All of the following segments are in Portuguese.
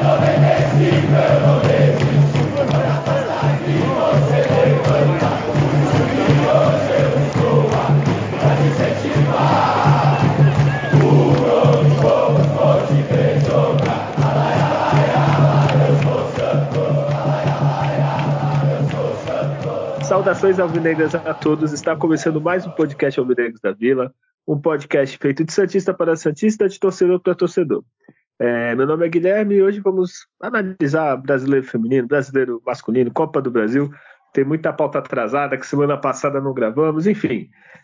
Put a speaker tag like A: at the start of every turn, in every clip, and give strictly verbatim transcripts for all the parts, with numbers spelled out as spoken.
A: Saudações alvinegras a todos, está começando mais um podcast Alvinegros da Vila, um podcast feito de Santista para Santista, de torcedor para torcedor. É, meu nome é Guilherme e hoje vamos analisar brasileiro feminino, brasileiro masculino, Copa do Brasil. Tem muita pauta atrasada que semana passada não gravamos, enfim.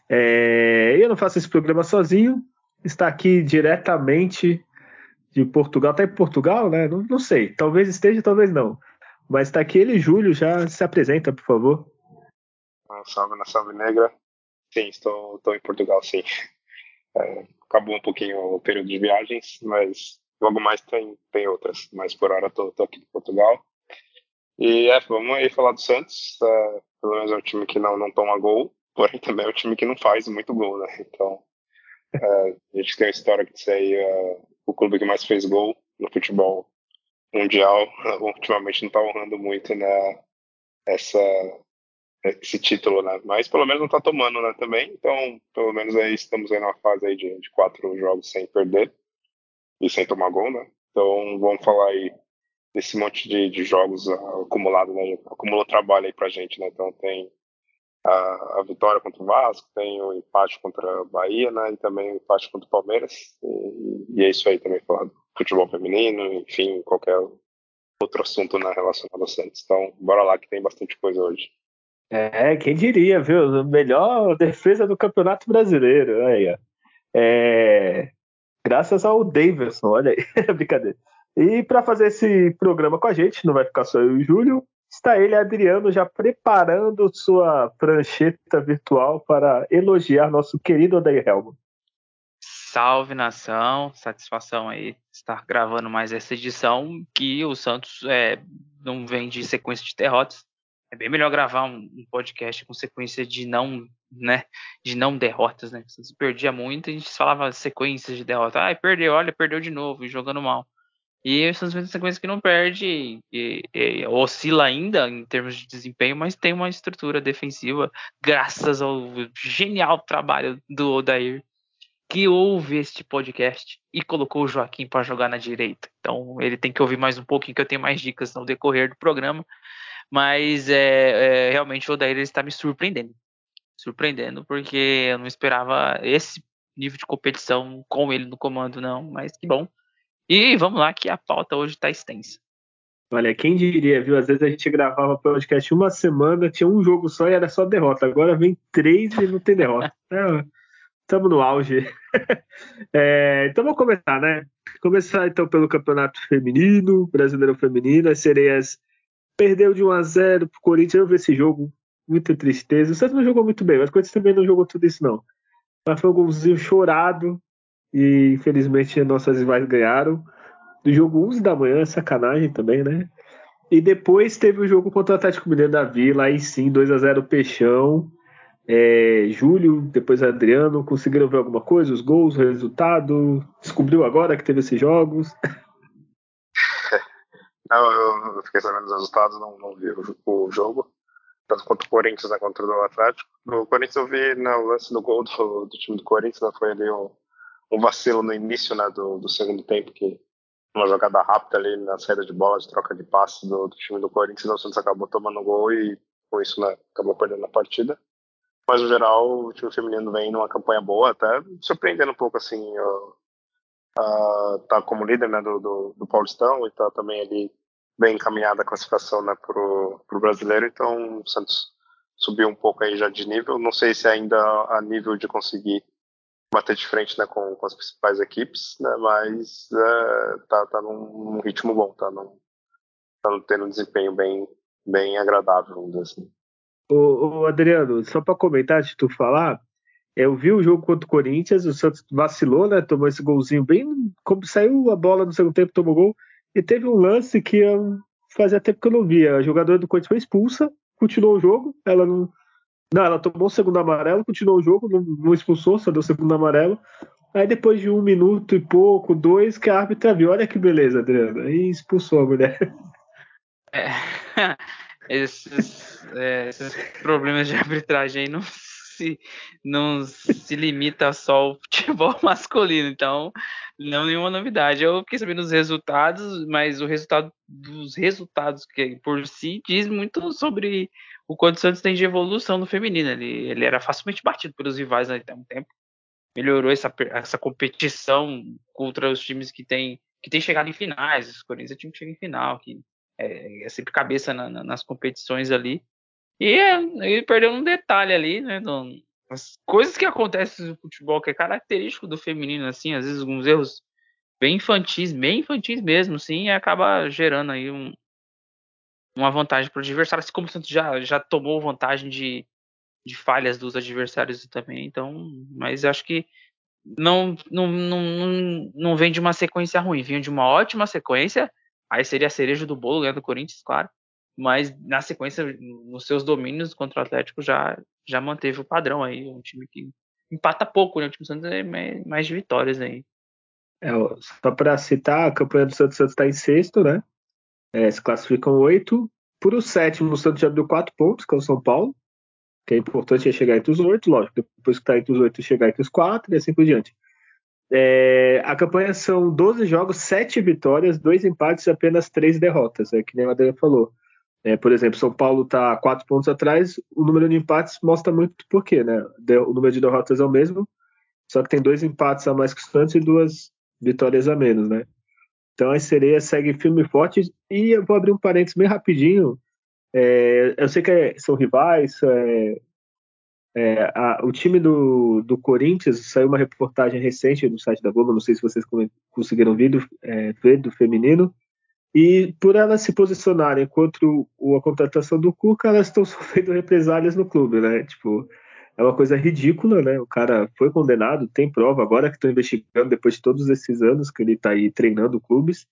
A: É, eu não faço esse programa sozinho, está aqui diretamente de Portugal, está em Portugal, né? Não, não sei, talvez esteja, talvez não. Mas está aqui ele, Júlio, já se apresenta, por favor.
B: Salve na Salve Negra. Sim, estou, estou em Portugal, sim. É, acabou um pouquinho o período de viagens, mas logo mais tem, tem outras. Mas por hora estou aqui em Portugal. E é, vamos aí falar do Santos. É, pelo menos é um time que não, não toma gol, porém também é um time que não faz muito gol, né? Então, é, a gente tem a história de ser é, o clube que mais fez gol no futebol mundial. Ultimamente não está honrando muito, né, essa... esse título, né? Mas pelo menos não tá tomando, né, também. Então, pelo menos aí estamos aí numa fase aí de, de quatro jogos sem perder e sem tomar gol, né? Então, vamos falar aí desse monte de, de jogos uh, acumulados, né? Acumulou trabalho aí pra gente, né? Então, tem a, a vitória contra o Vasco, tem o empate contra a Bahia, né? E também o empate contra o Palmeiras. E, e é isso aí também, falando futebol feminino, enfim, qualquer outro assunto, né, relacionado ao Santos. Então, bora lá que tem bastante coisa hoje.
A: É, quem diria, viu? Melhor defesa do Campeonato Brasileiro. Aí, ó. É, graças ao Davidson, olha aí, brincadeira. E para fazer esse programa com a gente, não vai ficar só eu e o Júlio, está ele, Adriano, já preparando sua prancheta virtual para elogiar nosso querido Odair Helman.
C: Salve, nação, satisfação aí estar gravando mais essa edição, que o Santos é, não vem de sequência de derrotas. É bem melhor gravar um, um podcast com sequência de não, né, de não derrotas, né? O Santos perdia muito, a gente falava sequências de derrota. Ah, perdeu, olha, perdeu de novo, jogando mal. E o Santos vem de sequência que não perde, e, e, oscila ainda em termos de desempenho, mas tem uma estrutura defensiva, graças ao genial trabalho do Odair, que ouve este podcast e colocou o Joaquim para jogar na direita. Então ele tem que ouvir mais um pouquinho, que eu tenho mais dicas no decorrer do programa. Mas é, é, realmente o Odair está me surpreendendo. Surpreendendo, porque eu não esperava esse nível de competição com ele no comando, não. Mas que bom. E vamos lá, que a pauta hoje está extensa.
A: Olha, quem diria, viu? Às vezes a gente gravava podcast uma semana, tinha um jogo só e era só derrota. Agora vem três e não tem derrota. Estamos no auge. É, então vamos começar, né? Começar então pelo Campeonato Feminino, Brasileiro Feminino. As Sereias perdeu de um a zero pro Corinthians. Eu vi esse jogo, muita tristeza. O Santos não jogou muito bem, mas o Corinthians também não jogou tudo isso, não. Mas foi um golzinho chorado e infelizmente nossas rivais ganharam. Do jogo onze da manhã, sacanagem também, né? E depois teve o jogo contra o Atlético Mineiro da Vila, aí sim, dois a zero Peixão. É, Júlio, depois Adriano, conseguiram ver alguma coisa? Os gols, o resultado? Descobriu agora que teve esses jogos?
B: Não, eu fiquei sabendo dos resultados, não, não vi o, o jogo, tanto quanto o Corinthians, né, contra o Atlético. O Corinthians eu vi, né, o lance do gol do, do time do Corinthians, né, foi ali um, um vacilo no início, né, do, do segundo tempo, que uma jogada rápida ali na saída de bola, de troca de passe do, do time do Corinthians, o Santos acabou tomando gol e com isso, né, acabou perdendo a partida. Mas no geral o time feminino vem numa campanha boa, até surpreendendo um pouco assim, ó, Uh, tá como líder, né, do, do, do Paulistão e tá também ali bem encaminhada a classificação, né, pro, pro brasileiro, então o Santos subiu um pouco aí já de nível, não sei se ainda a nível de conseguir bater de frente, né, com, com as principais equipes, né, mas uh, tá, tá num, num ritmo bom, tá, num, tá tendo um desempenho bem, bem agradável, vamos dizer assim.
A: Ô, ô Adriano, só para comentar antes de tu falar, eu vi o jogo contra o Corinthians, o Santos vacilou, né? Tomou esse golzinho bem. Como saiu a bola no segundo tempo, tomou gol. E teve um lance que eu, fazia tempo que eu não via. A jogadora do Corinthians foi expulsa, continuou o jogo. Ela não. Não, ela tomou o segundo amarelo, continuou o jogo, não, não expulsou, só deu o segundo amarelo. Aí depois de um minuto e pouco, dois, que a árbitra viu, olha que beleza, Adriano, aí expulsou a mulher.
C: É, esses, é, esses problemas de arbitragem aí não se, não se limita só ao futebol masculino, então não nenhuma novidade. Eu fiquei sabendo dos resultados, mas o resultado dos resultados que por si diz muito sobre o quanto o Santos tem de evolução no feminino. Ele, ele era facilmente batido pelos rivais até um tempo. Melhorou essa, essa competição contra os times que tem que tem chegado em finais. Os Corinthians é time que chega em final, que é, é sempre cabeça na, na, nas competições ali. E é, ele perdeu um detalhe ali, né? No, as coisas que acontecem no futebol, que é característico do feminino, assim, às vezes alguns erros bem infantis, bem infantis mesmo, sim, e acaba gerando aí um, uma vantagem para o adversário, assim como o Santos já, já tomou vantagem de, de falhas dos adversários também, então, mas acho que não, não, não, não, não vem de uma sequência ruim, vinha de uma ótima sequência, aí seria a cereja do bolo, né, do Corinthians, claro, mas na sequência, nos seus domínios contra o Atlético, já, já manteve o padrão aí, um time que empata pouco, né, o time do Santos é mais de vitórias aí.
A: É, só para citar, a campanha do Santos, Santos está em sexto, né? É, se classificam oito. Por o sétimo, o Santos já abriu quatro pontos, que é o São Paulo, que é importante é chegar entre os oito, lógico. Depois que está entre os oito, chegar entre os quatro e assim por diante. É, a campanha são doze jogos, sete vitórias, dois empates e apenas três derrotas, é que nem o Adriano falou. É, por exemplo, São Paulo está quatro pontos atrás, o número de empates mostra muito por quê, né? O número de derrotas é o mesmo, só que tem dois empates a mais que o Santos e duas vitórias a menos, né? Então a sereia segue firme e forte. E eu vou abrir um parênteses bem rapidinho. É, eu sei que é, são rivais. É, é, a, o time do, do Corinthians, saiu uma reportagem recente no site da Globo, não sei se vocês conseguiram ver do, é, ver do feminino. E por elas se posicionarem contra o, a contratação do Cuca, elas estão sofrendo represálias no clube, né? Tipo, é uma coisa ridícula, né? O cara foi condenado, tem prova, agora que estão investigando, depois de todos esses anos que ele está aí treinando clubes.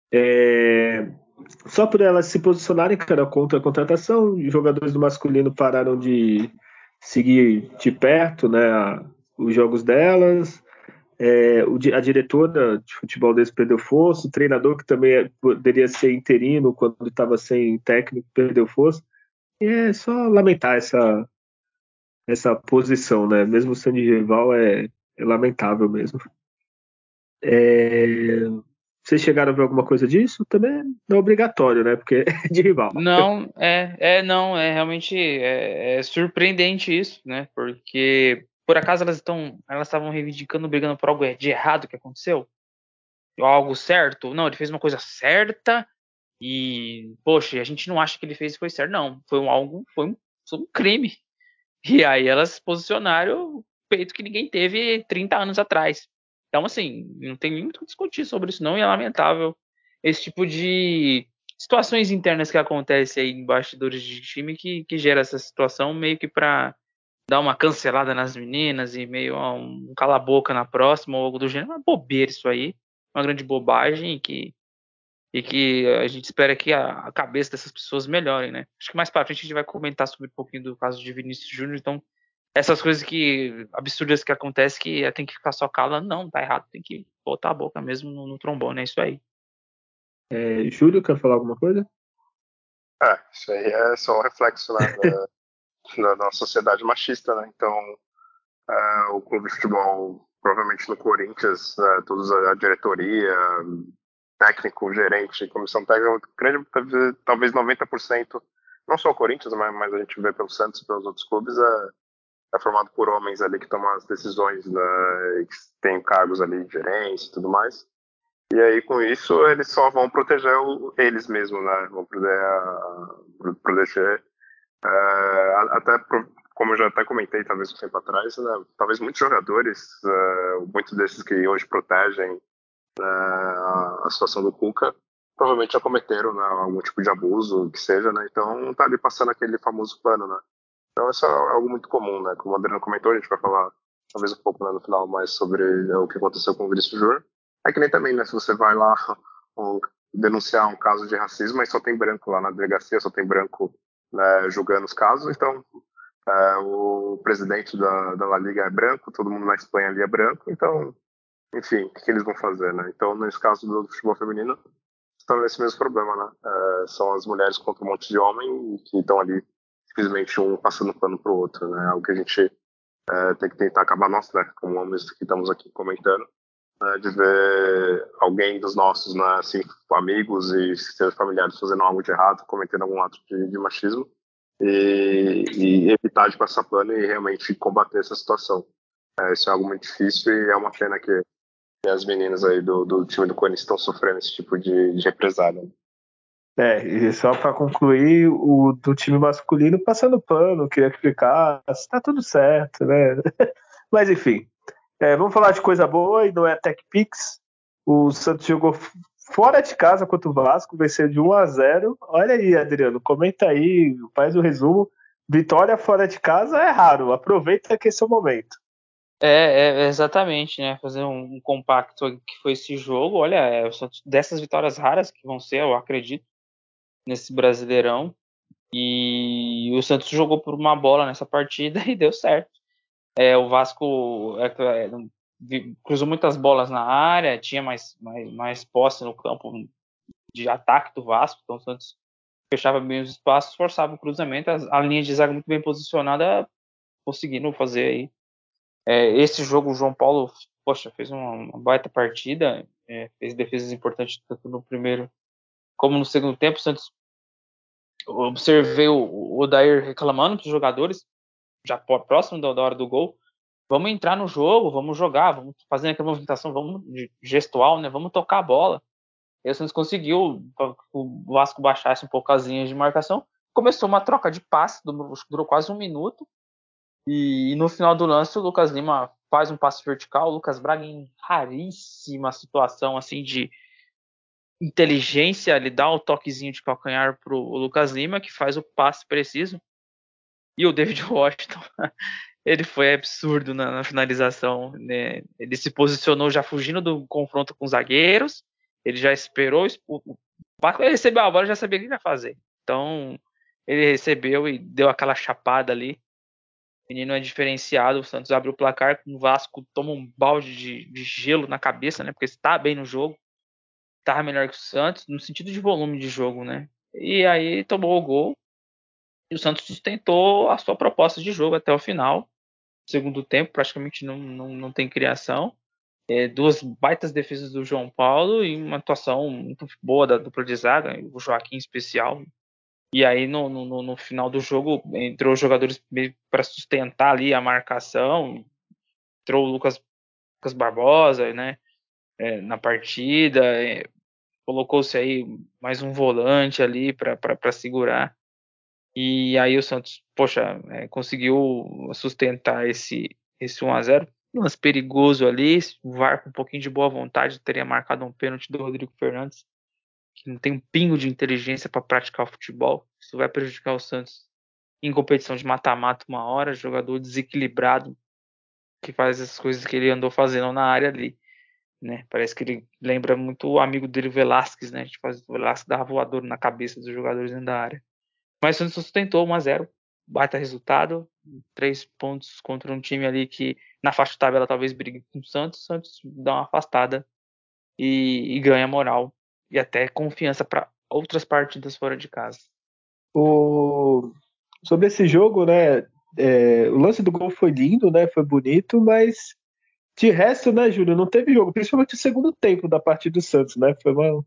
A: É, só por elas se posicionarem, cara, contra a contratação, os jogadores do masculino pararam de seguir de perto, né, a, os jogos delas. É, o, a diretora de futebol deles perdeu força, o treinador, que também é, poderia ser interino quando estava sem técnico, perdeu força. E é só lamentar essa, essa posição, né? Mesmo sendo de rival, é, é lamentável mesmo. É, vocês chegaram a ver alguma coisa disso? Também não é obrigatório, né? Porque é de rival.
C: Não, é, é não, é realmente é, é surpreendente isso, né? Porque por acaso elas estão, elas estavam reivindicando, brigando por algo de errado que aconteceu, ou algo certo? Não, ele fez uma coisa certa e, poxa, a gente não acha que ele fez foi certo, não. Foi um algo, foi um, foi um crime. E aí elas se posicionaram feito que ninguém teve trinta anos atrás. Então, assim, não tem nem muito o que discutir sobre isso, não, e é lamentável esse tipo de situações internas que acontecem aí em bastidores de time que, que gera essa situação meio que para dar uma cancelada nas meninas e meio a um cala-boca na próxima ou algo do gênero. É uma bobeira isso aí, uma grande bobagem que, e que a gente espera que a, a cabeça dessas pessoas melhorem, né? Acho que mais para frente a gente vai comentar sobre um pouquinho do caso de Vinícius Júnior, então essas coisas que absurdas que acontecem que tem que ficar só calando, não, tá errado, tem que botar a boca mesmo no, no trombone, é isso aí.
A: É, Júlio, quer falar alguma coisa?
B: É, isso aí é só um reflexo, né, da, da nossa sociedade machista, né? Então, é, o clube de futebol, provavelmente no Corinthians, é, todos a diretoria, técnico, gerente, comissão técnica, grande, talvez noventa por cento, não só o Corinthians, mas, mas a gente vê pelo Santos e pelos outros clubes, é, é formado por homens ali que tomam as decisões, né, que têm cargos ali de gerência e tudo mais. E aí, com isso, eles só vão proteger o, eles mesmos, né? Vão poder uh, proteger. Uh, até, pro, como eu já até comentei, talvez um tempo atrás, né? Talvez muitos jogadores, uh, muitos desses que hoje protegem uh, a situação do Cuca, provavelmente já cometeram, né, algum tipo de abuso, que seja, né? Então, tá ali passando aquele famoso pano, né? Então, isso é algo muito comum, né? Como o Adriano comentou, a gente vai falar talvez um pouco, né, no final mais sobre, né, o que aconteceu com o Vinícius Júnior. É que nem também, né? Se você vai lá um, denunciar um caso de racismo, aí só tem branco lá na delegacia, só tem branco, né, julgando os casos. Então, é, o presidente da, da La Liga é branco, todo mundo na Espanha ali é branco. Então, enfim, o que, que eles vão fazer, né? Então, nesse caso do futebol feminino, estão nesse mesmo problema, né? É, são as mulheres contra um monte de homem que estão ali simplesmente um passando pano pro outro, né? Algo que a gente é, tem que tentar acabar nós, né? Como homens que estamos aqui comentando, né? De ver alguém dos nossos, né? Assim, amigos e seus familiares fazendo algo de errado, cometendo algum ato de, de machismo e, e evitar de passar pano e realmente combater essa situação. É, isso é algo muito difícil e é uma pena que e as meninas aí do, do time do Corinthians estão sofrendo esse tipo de, de represália.
A: É, e só para concluir, o do time masculino passando pano, queria que ficasse, tá tudo certo, né? Mas enfim, é, vamos falar de coisa boa e não é Tech Pix. O Santos jogou fora de casa contra o Vasco, venceu de um a zero. Olha aí, Adriano, comenta aí, faz o resumo. Vitória fora de casa é raro, aproveita que esse é o momento.
C: É, é, exatamente, né? Fazer um, um compacto que foi esse jogo. Olha, é, dessas vitórias raras que vão ser, eu acredito, nesse Brasileirão. E o Santos jogou por uma bola nessa partida e deu certo. É, o Vasco é, é, cruzou muitas bolas na área, tinha mais, mais, mais posse no campo de ataque do Vasco, então o Santos fechava bem os espaços, forçava o cruzamento, a, a linha de zaga muito bem posicionada, conseguindo fazer aí. É, esse jogo o João Paulo, poxa, fez uma, uma baita partida, é, fez defesas importantes tanto no primeiro como no segundo tempo. O Santos, observei o, o Odair reclamando para os jogadores, já próximo da, da hora do gol, vamos entrar no jogo, vamos jogar, vamos fazer aquela movimentação, vamos gestual, né? Vamos tocar a bola. E o Santos conseguiu o Vasco baixasse um pouco as linhas de marcação. Começou uma troca de passe, durou, durou quase um minuto. E, e no final do lance, o Lucas Lima faz um passe vertical. O Lucas Braga, em raríssima situação assim de inteligência, ele dá o toquezinho de calcanhar pro Lucas Lima, que faz o passe preciso. E o David Washington, ele foi absurdo na, na finalização, né? Ele se posicionou já fugindo do confronto com os zagueiros, ele já esperou, o Vasco recebeu a bola e já sabia o que ia fazer. Então, ele recebeu e deu aquela chapada ali. O menino é diferenciado, o Santos abre o placar, o Vasco toma um balde de, de gelo na cabeça, né? Porque está bem no jogo, estava melhor que o Santos, no sentido de volume de jogo, né? E aí tomou o gol, e o Santos sustentou a sua proposta de jogo até o final. Segundo tempo, praticamente não, não, não tem criação. É, duas baitas defesas do João Paulo e uma atuação muito boa da dupla de zaga, o Joaquim em especial. E aí, no, no, no final do jogo, entrou os jogadores para sustentar ali a marcação. Entrou o Lucas, Lucas Barbosa, né, é, na partida. É, colocou-se aí mais um volante ali para segurar. E aí o Santos, poxa, é, conseguiu sustentar esse, esse um a zero. Um lance perigoso ali, o V A R com um pouquinho de boa vontade teria marcado um pênalti do Rodrigo Fernandes, que não tem um pingo de inteligência para praticar o futebol. Isso vai prejudicar o Santos em competição de mata-mata uma hora, jogador desequilibrado que faz as coisas que ele andou fazendo na área ali, né? Parece que ele lembra muito o amigo dele, Velasquez, né? A gente faz o Velasquez dar voador na cabeça dos jogadores dentro da área. Mas o Santos sustentou um a zero, baita resultado, três pontos contra um time ali que na faixa de tabela talvez brigue com o Santos. O Santos dá uma afastada e, e ganha moral e até confiança para outras partidas fora de casa.
A: O... Sobre esse jogo, né? É, o lance do gol foi lindo, né? Foi bonito, mas de resto, né, Júlio, não teve jogo, principalmente o segundo tempo da partida do Santos, né? Foi uma,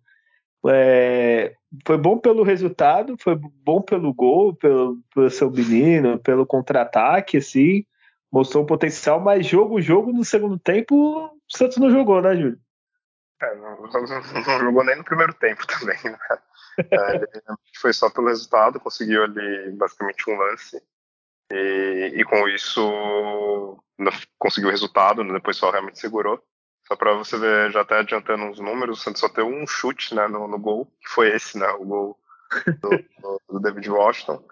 A: É, foi bom pelo resultado, foi bom pelo gol, pelo, pelo seu menino, pelo contra-ataque, assim, mostrou um potencial, mas jogo, jogo no segundo tempo, o Santos não jogou, né, Júlio?
B: É, não, não, não jogou nem no primeiro tempo também, né? É, ele foi só pelo resultado, conseguiu ali basicamente um lance e, e com isso conseguiu o resultado, né? Depois só realmente segurou. Só para você ver, já até adiantando uns números, o Santos só teve um chute, né, no, no gol, que foi esse, né, o gol do, do David Washington.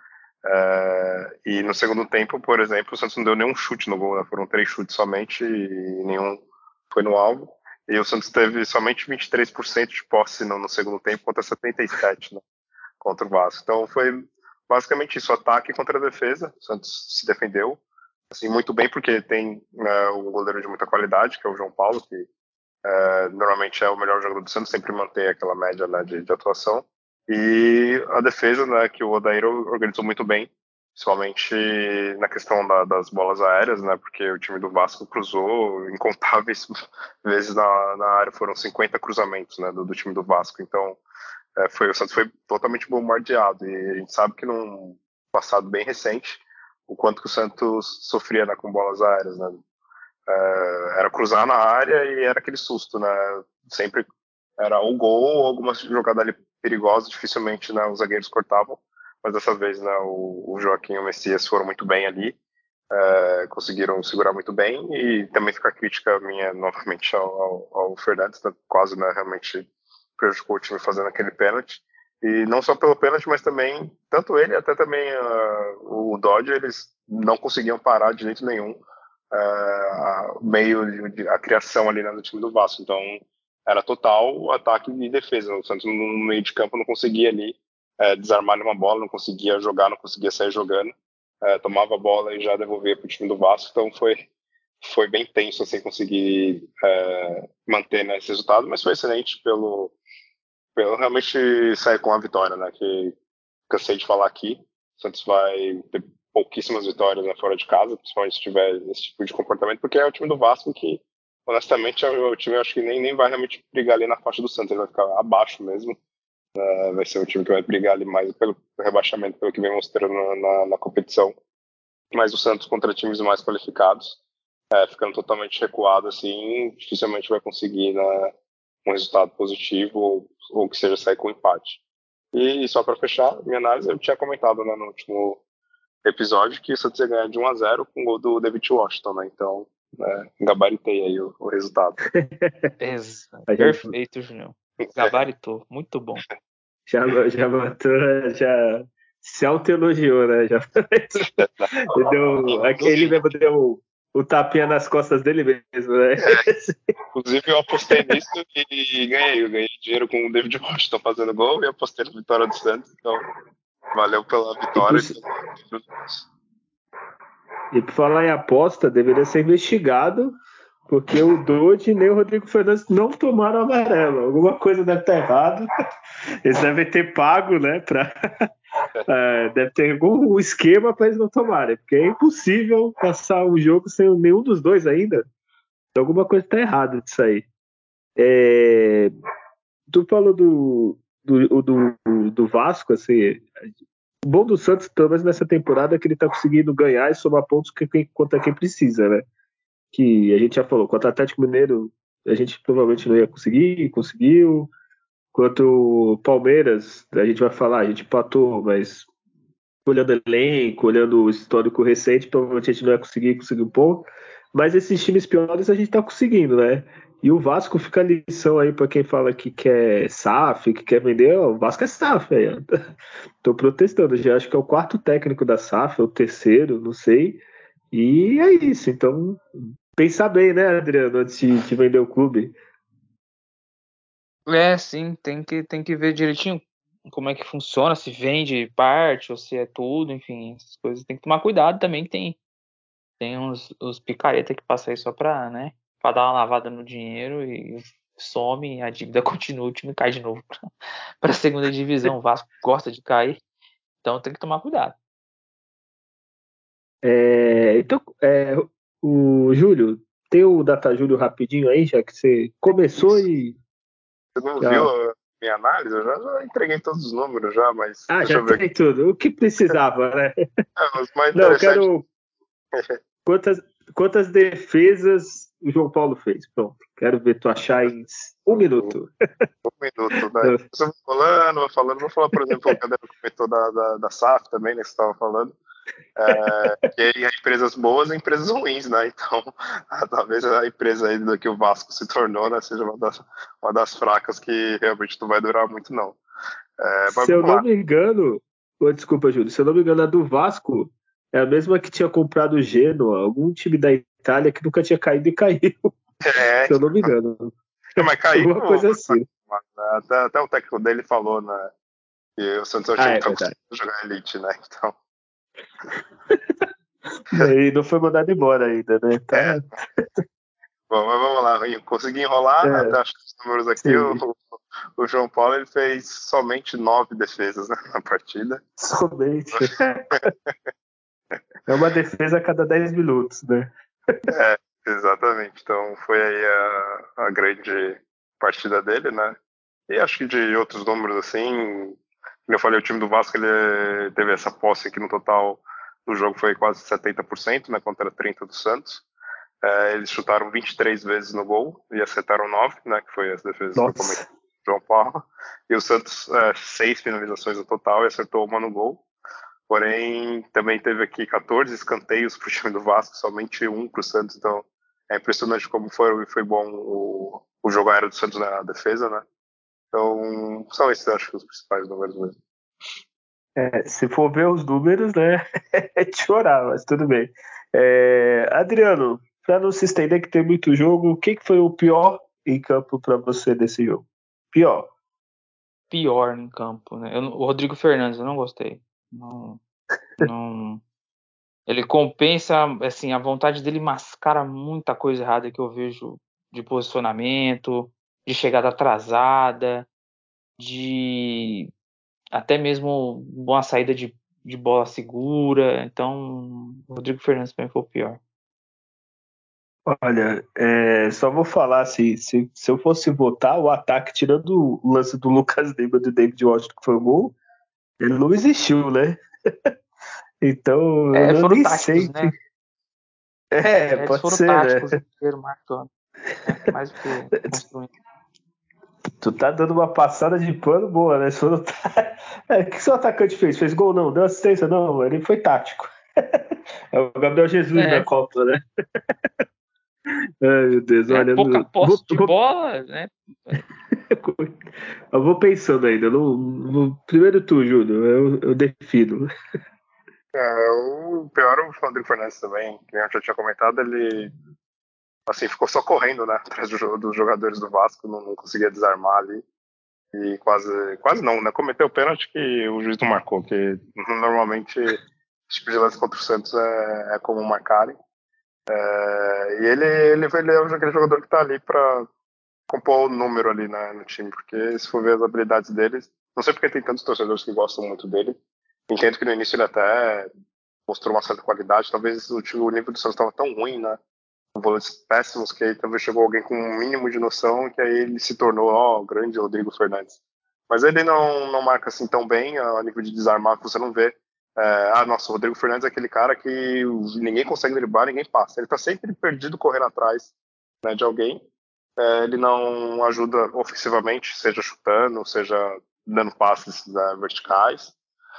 B: É, e no segundo tempo, por exemplo, o Santos não deu nenhum chute no gol, né? Foram três chutes somente e nenhum foi no alvo. E o Santos teve somente vinte e três por cento de posse no, no segundo tempo contra setenta e sete por cento, né, contra o Vasco. Então foi basicamente isso, ataque contra a defesa. O Santos se defendeu assim, muito bem porque tem, né, um goleiro de muita qualidade, que é o João Paulo, que É, normalmente é o melhor jogador do Santos, sempre mantém aquela média, né, de, de atuação. E a defesa, né, que o Odair organizou muito bem, principalmente na questão da, das bolas aéreas, né, porque o time do Vasco cruzou incontáveis vezes na, na área, foram cinquenta cruzamentos, né, do, do time do Vasco. Então, é, foi, o Santos foi totalmente bombardeado, e a gente sabe que num passado bem recente, o quanto que o Santos sofria, né, com bolas aéreas, né. É, era cruzar na área e era aquele susto, né, sempre era ou gol ou alguma jogada ali perigosa, dificilmente, né, os zagueiros cortavam, mas dessa vez, né, o, o Joaquim e o Messias foram muito bem ali, é, conseguiram segurar muito bem, e também fica a crítica minha novamente ao, ao, ao Fernandes, né, quase, né, realmente prejudicou o time fazendo aquele pênalti, e não só pelo pênalti, mas também, tanto ele até também uh, o Dodge, eles não conseguiam parar de jeito nenhum uh, meio de, a criação ali, né, do time do Vasco, então era total ataque e defesa. O Santos no meio de campo não conseguia ali é, desarmar nenhuma bola, não conseguia jogar, não conseguia sair jogando. É, tomava a bola e já devolvia para o time do Vasco. Então foi, foi bem tenso assim, conseguir é, manter, né, esse resultado, mas foi excelente pelo, pelo realmente sair com a vitória, né? Que cansei de falar aqui. O Santos vai ter pouquíssimas vitórias, né, fora de casa, principalmente se tiver esse tipo de comportamento, porque é o time do Vasco que, honestamente, é o time, eu acho que nem, nem vai realmente brigar ali na faixa do Santos, ele vai ficar abaixo mesmo. Uh, vai ser o time que vai brigar ali mais pelo rebaixamento, pelo que vem mostrando na, na, na competição. Mas o Santos contra times mais qualificados, é, ficando totalmente recuado, assim, dificilmente vai conseguir, né, um resultado positivo ou, ou que seja sair com empate. E só para fechar minha análise, eu tinha comentado, né, no último episódio que o Santos ia ganhar de um a zero com o gol do David Washington, né? Então, é, gabaritei aí o, o resultado.
C: Exato.
A: A gente
C: Perfeito, Julião. Gabaritou. Muito bom.
A: já, já matou, já se autoelogiou, né? Já ele, deu, ele mesmo deu o tapinha nas costas dele mesmo, né?
B: É, inclusive eu apostei nisso e ganhei. Eu ganhei dinheiro com o David Washington fazendo gol e apostei na vitória do Santos. Então, valeu pela vitória.
A: E por, e por falar em aposta, deveria ser investigado, porque o Dodge nem o Rodrigo Fernandes não tomaram amarelo. Alguma coisa deve estar errado. Eles devem ter pago, né? Pra, é, deve ter algum esquema para eles não tomarem, porque é impossível passar um jogo sem nenhum dos dois ainda. Alguma coisa está errada disso aí. É, tu falou do, do, do, do Vasco, assim, o bom do Santos, pelo menos nessa temporada, é que ele tá conseguindo ganhar e somar pontos que, que, contra quem precisa, né? Que a gente já falou, contra o Atlético Mineiro, a gente provavelmente não ia conseguir, conseguiu. Quanto o Palmeiras, a gente vai falar, a gente empatou, mas olhando o elenco, olhando o histórico recente, provavelmente a gente não ia conseguir conseguir um ponto. Mas esses times piores a gente tá conseguindo, né? E o Vasco fica a lição aí para quem fala que quer S A F, que quer vender. Ó, o Vasco é S A F, aí. Tô protestando, já acho que é o quarto técnico da S A F, ou o terceiro, não sei. E é isso. Então, pensar bem, né, Adriano, antes de, de vender o clube.
C: É, sim, tem que, tem que ver direitinho como é que funciona, se vende parte ou se é tudo, enfim, essas coisas. Tem que tomar cuidado também, que tem, tem uns, uns picareta que passam aí só pra, né, pra dar uma lavada no dinheiro e some, a dívida continua, o time cai de novo pra, pra segunda divisão. O Vasco gosta de cair, então tem que tomar cuidado.
A: É, então, é, o Júlio, tem o Data Júlio rapidinho aí, já que você começou
B: isso.
A: e.
B: Você não
A: Já...
B: viu a minha análise? Eu já, já entreguei todos os números já, mas
A: Ah,
B: deixa
A: já
B: eu ver aqui.
A: tem tudo. O que precisava, né?
B: É, os mais
A: Não, eu
B: interessantes.
A: quero. Quantas, quantas defesas o João Paulo fez? Pronto. Quero ver tu achar em um minuto.
B: Um minuto, né? Você vai falando, vai falando, vou falar, por exemplo, o Cadê comentou da, da, da S A F também, né, que você estava falando. É, que há empresas boas e empresas ruins, né? Então, talvez a empresa aí do que o Vasco se tornou, né, seja uma das, uma das fracas que realmente não vai durar muito, não. É, mas
A: Se eu
B: vamos
A: não
B: lá.
A: me engano. Oh, desculpa, Júlio. Se eu não me engano, a do Vasco é a mesma que tinha comprado o Genoa, algum time da Itália que nunca tinha caído e caiu.
B: É,
A: Se eu não me engano.
B: mas caiu,
A: Alguma coisa assim.
B: até, até o técnico dele falou, né, que o Santos é um
A: Ah,
B: time
A: é
B: que tá
A: verdade.
B: conseguindo jogar elite, né? Então,
A: E não foi mandado embora ainda, né? Tá...
B: é, Bom, mas vamos lá, eu consegui enrolar,
A: É,
B: até acho que os números aqui,
A: sim,
B: o, o João Paulo ele fez somente nove defesas, né, na partida.
A: somente. É uma defesa a cada dez minutos, né?
B: É, exatamente. Então foi aí a, a grande partida dele, né? E acho que de outros números assim, como eu falei, o time do Vasco ele teve essa posse aqui no total do jogo foi quase setenta por cento, né, contra trinta por cento do Santos. É, eles chutaram vinte e três vezes no gol e acertaram nove, né, que foi as defesas que eu comentei
A: Nossa.
B: com o João Paulo. E o Santos, é, seis finalizações no total e acertou uma no gol. Porém, também teve aqui quatorze escanteios para o time do Vasco, somente um para o Santos. Então, é impressionante como foi, foi bom o, o jogo aéreo do Santos na defesa, né? Então, são esses, acho que, os principais números mesmo.
A: É, se for ver os números, né? É de chorar, mas tudo bem. É, Adriano, para não se estender que tem muito jogo, o que, que foi o pior em campo para você desse jogo? Pior.
C: Pior em campo, né? Eu, o Rodrigo Fernandes, eu não gostei. Não, não. Ele compensa, assim, a vontade dele mascara muita coisa errada que eu vejo de posicionamento, de chegada atrasada, de até mesmo uma saída de, de bola segura. Então, o Rodrigo Fernandes também foi o pior.
A: Olha, é, só vou falar assim, se, se eu fosse votar, o ataque, tirando o lance do Lucas Lima e do David Washington, que foi o gol, ele não existiu, né? Então, eu
C: É,
A: não,
C: foram
A: nem
C: táticos,
A: sei.
C: né?
A: É,
C: É, eles
A: pode
C: foram
A: ser,
C: táticos
A: né?
C: inteiro marcando, né? Mais do que construindo.
A: Tu tá dando uma passada de pano boa, né? Se for no tá- É, o que seu atacante fez? Fez gol? Não. Deu assistência? Não. Ele foi tático. É o Gabriel Jesus da
C: É,
A: Copa, né? Ai, meu Deus,
C: é
A: olha,
C: pouca
A: eu vou,
C: posse
A: eu
C: de
A: vou,
C: bola, né?
A: eu vou pensando ainda. Eu não, não- primeiro tu, Júnior, eu, eu defino.
B: É, o pior é o Rodrigo Fernandes também, que eu já tinha comentado, ele assim, ficou só correndo, né, atrás do, dos jogadores do Vasco, não, não conseguia desarmar ali. E quase, quase não, né? Cometeu o pênalti que o juiz não marcou, que normalmente esse tipo de lance contra o Santos é, é comum marcarem. É, e ele, ele, ele é aquele jogador que tá ali para compor o número ali, né, no time, porque se for ver as habilidades dele, não sei porque tem tantos torcedores que gostam muito dele. Entendo que no início ele até mostrou uma certa qualidade, talvez o, time, o nível do Santos estava tão ruim, né? Volantes péssimos que aí talvez chegou alguém com um mínimo de noção que aí ele se tornou, ó, o grande Rodrigo Fernandes. Mas ele não, não marca assim tão bem a nível de desarmar que você não vê. É, ah, nossa, o Rodrigo Fernandes é aquele cara que ninguém consegue driblar, ninguém passa. Ele tá sempre perdido correndo atrás, né, de alguém. É, ele não ajuda ofensivamente, seja chutando, seja dando passes, né, verticais.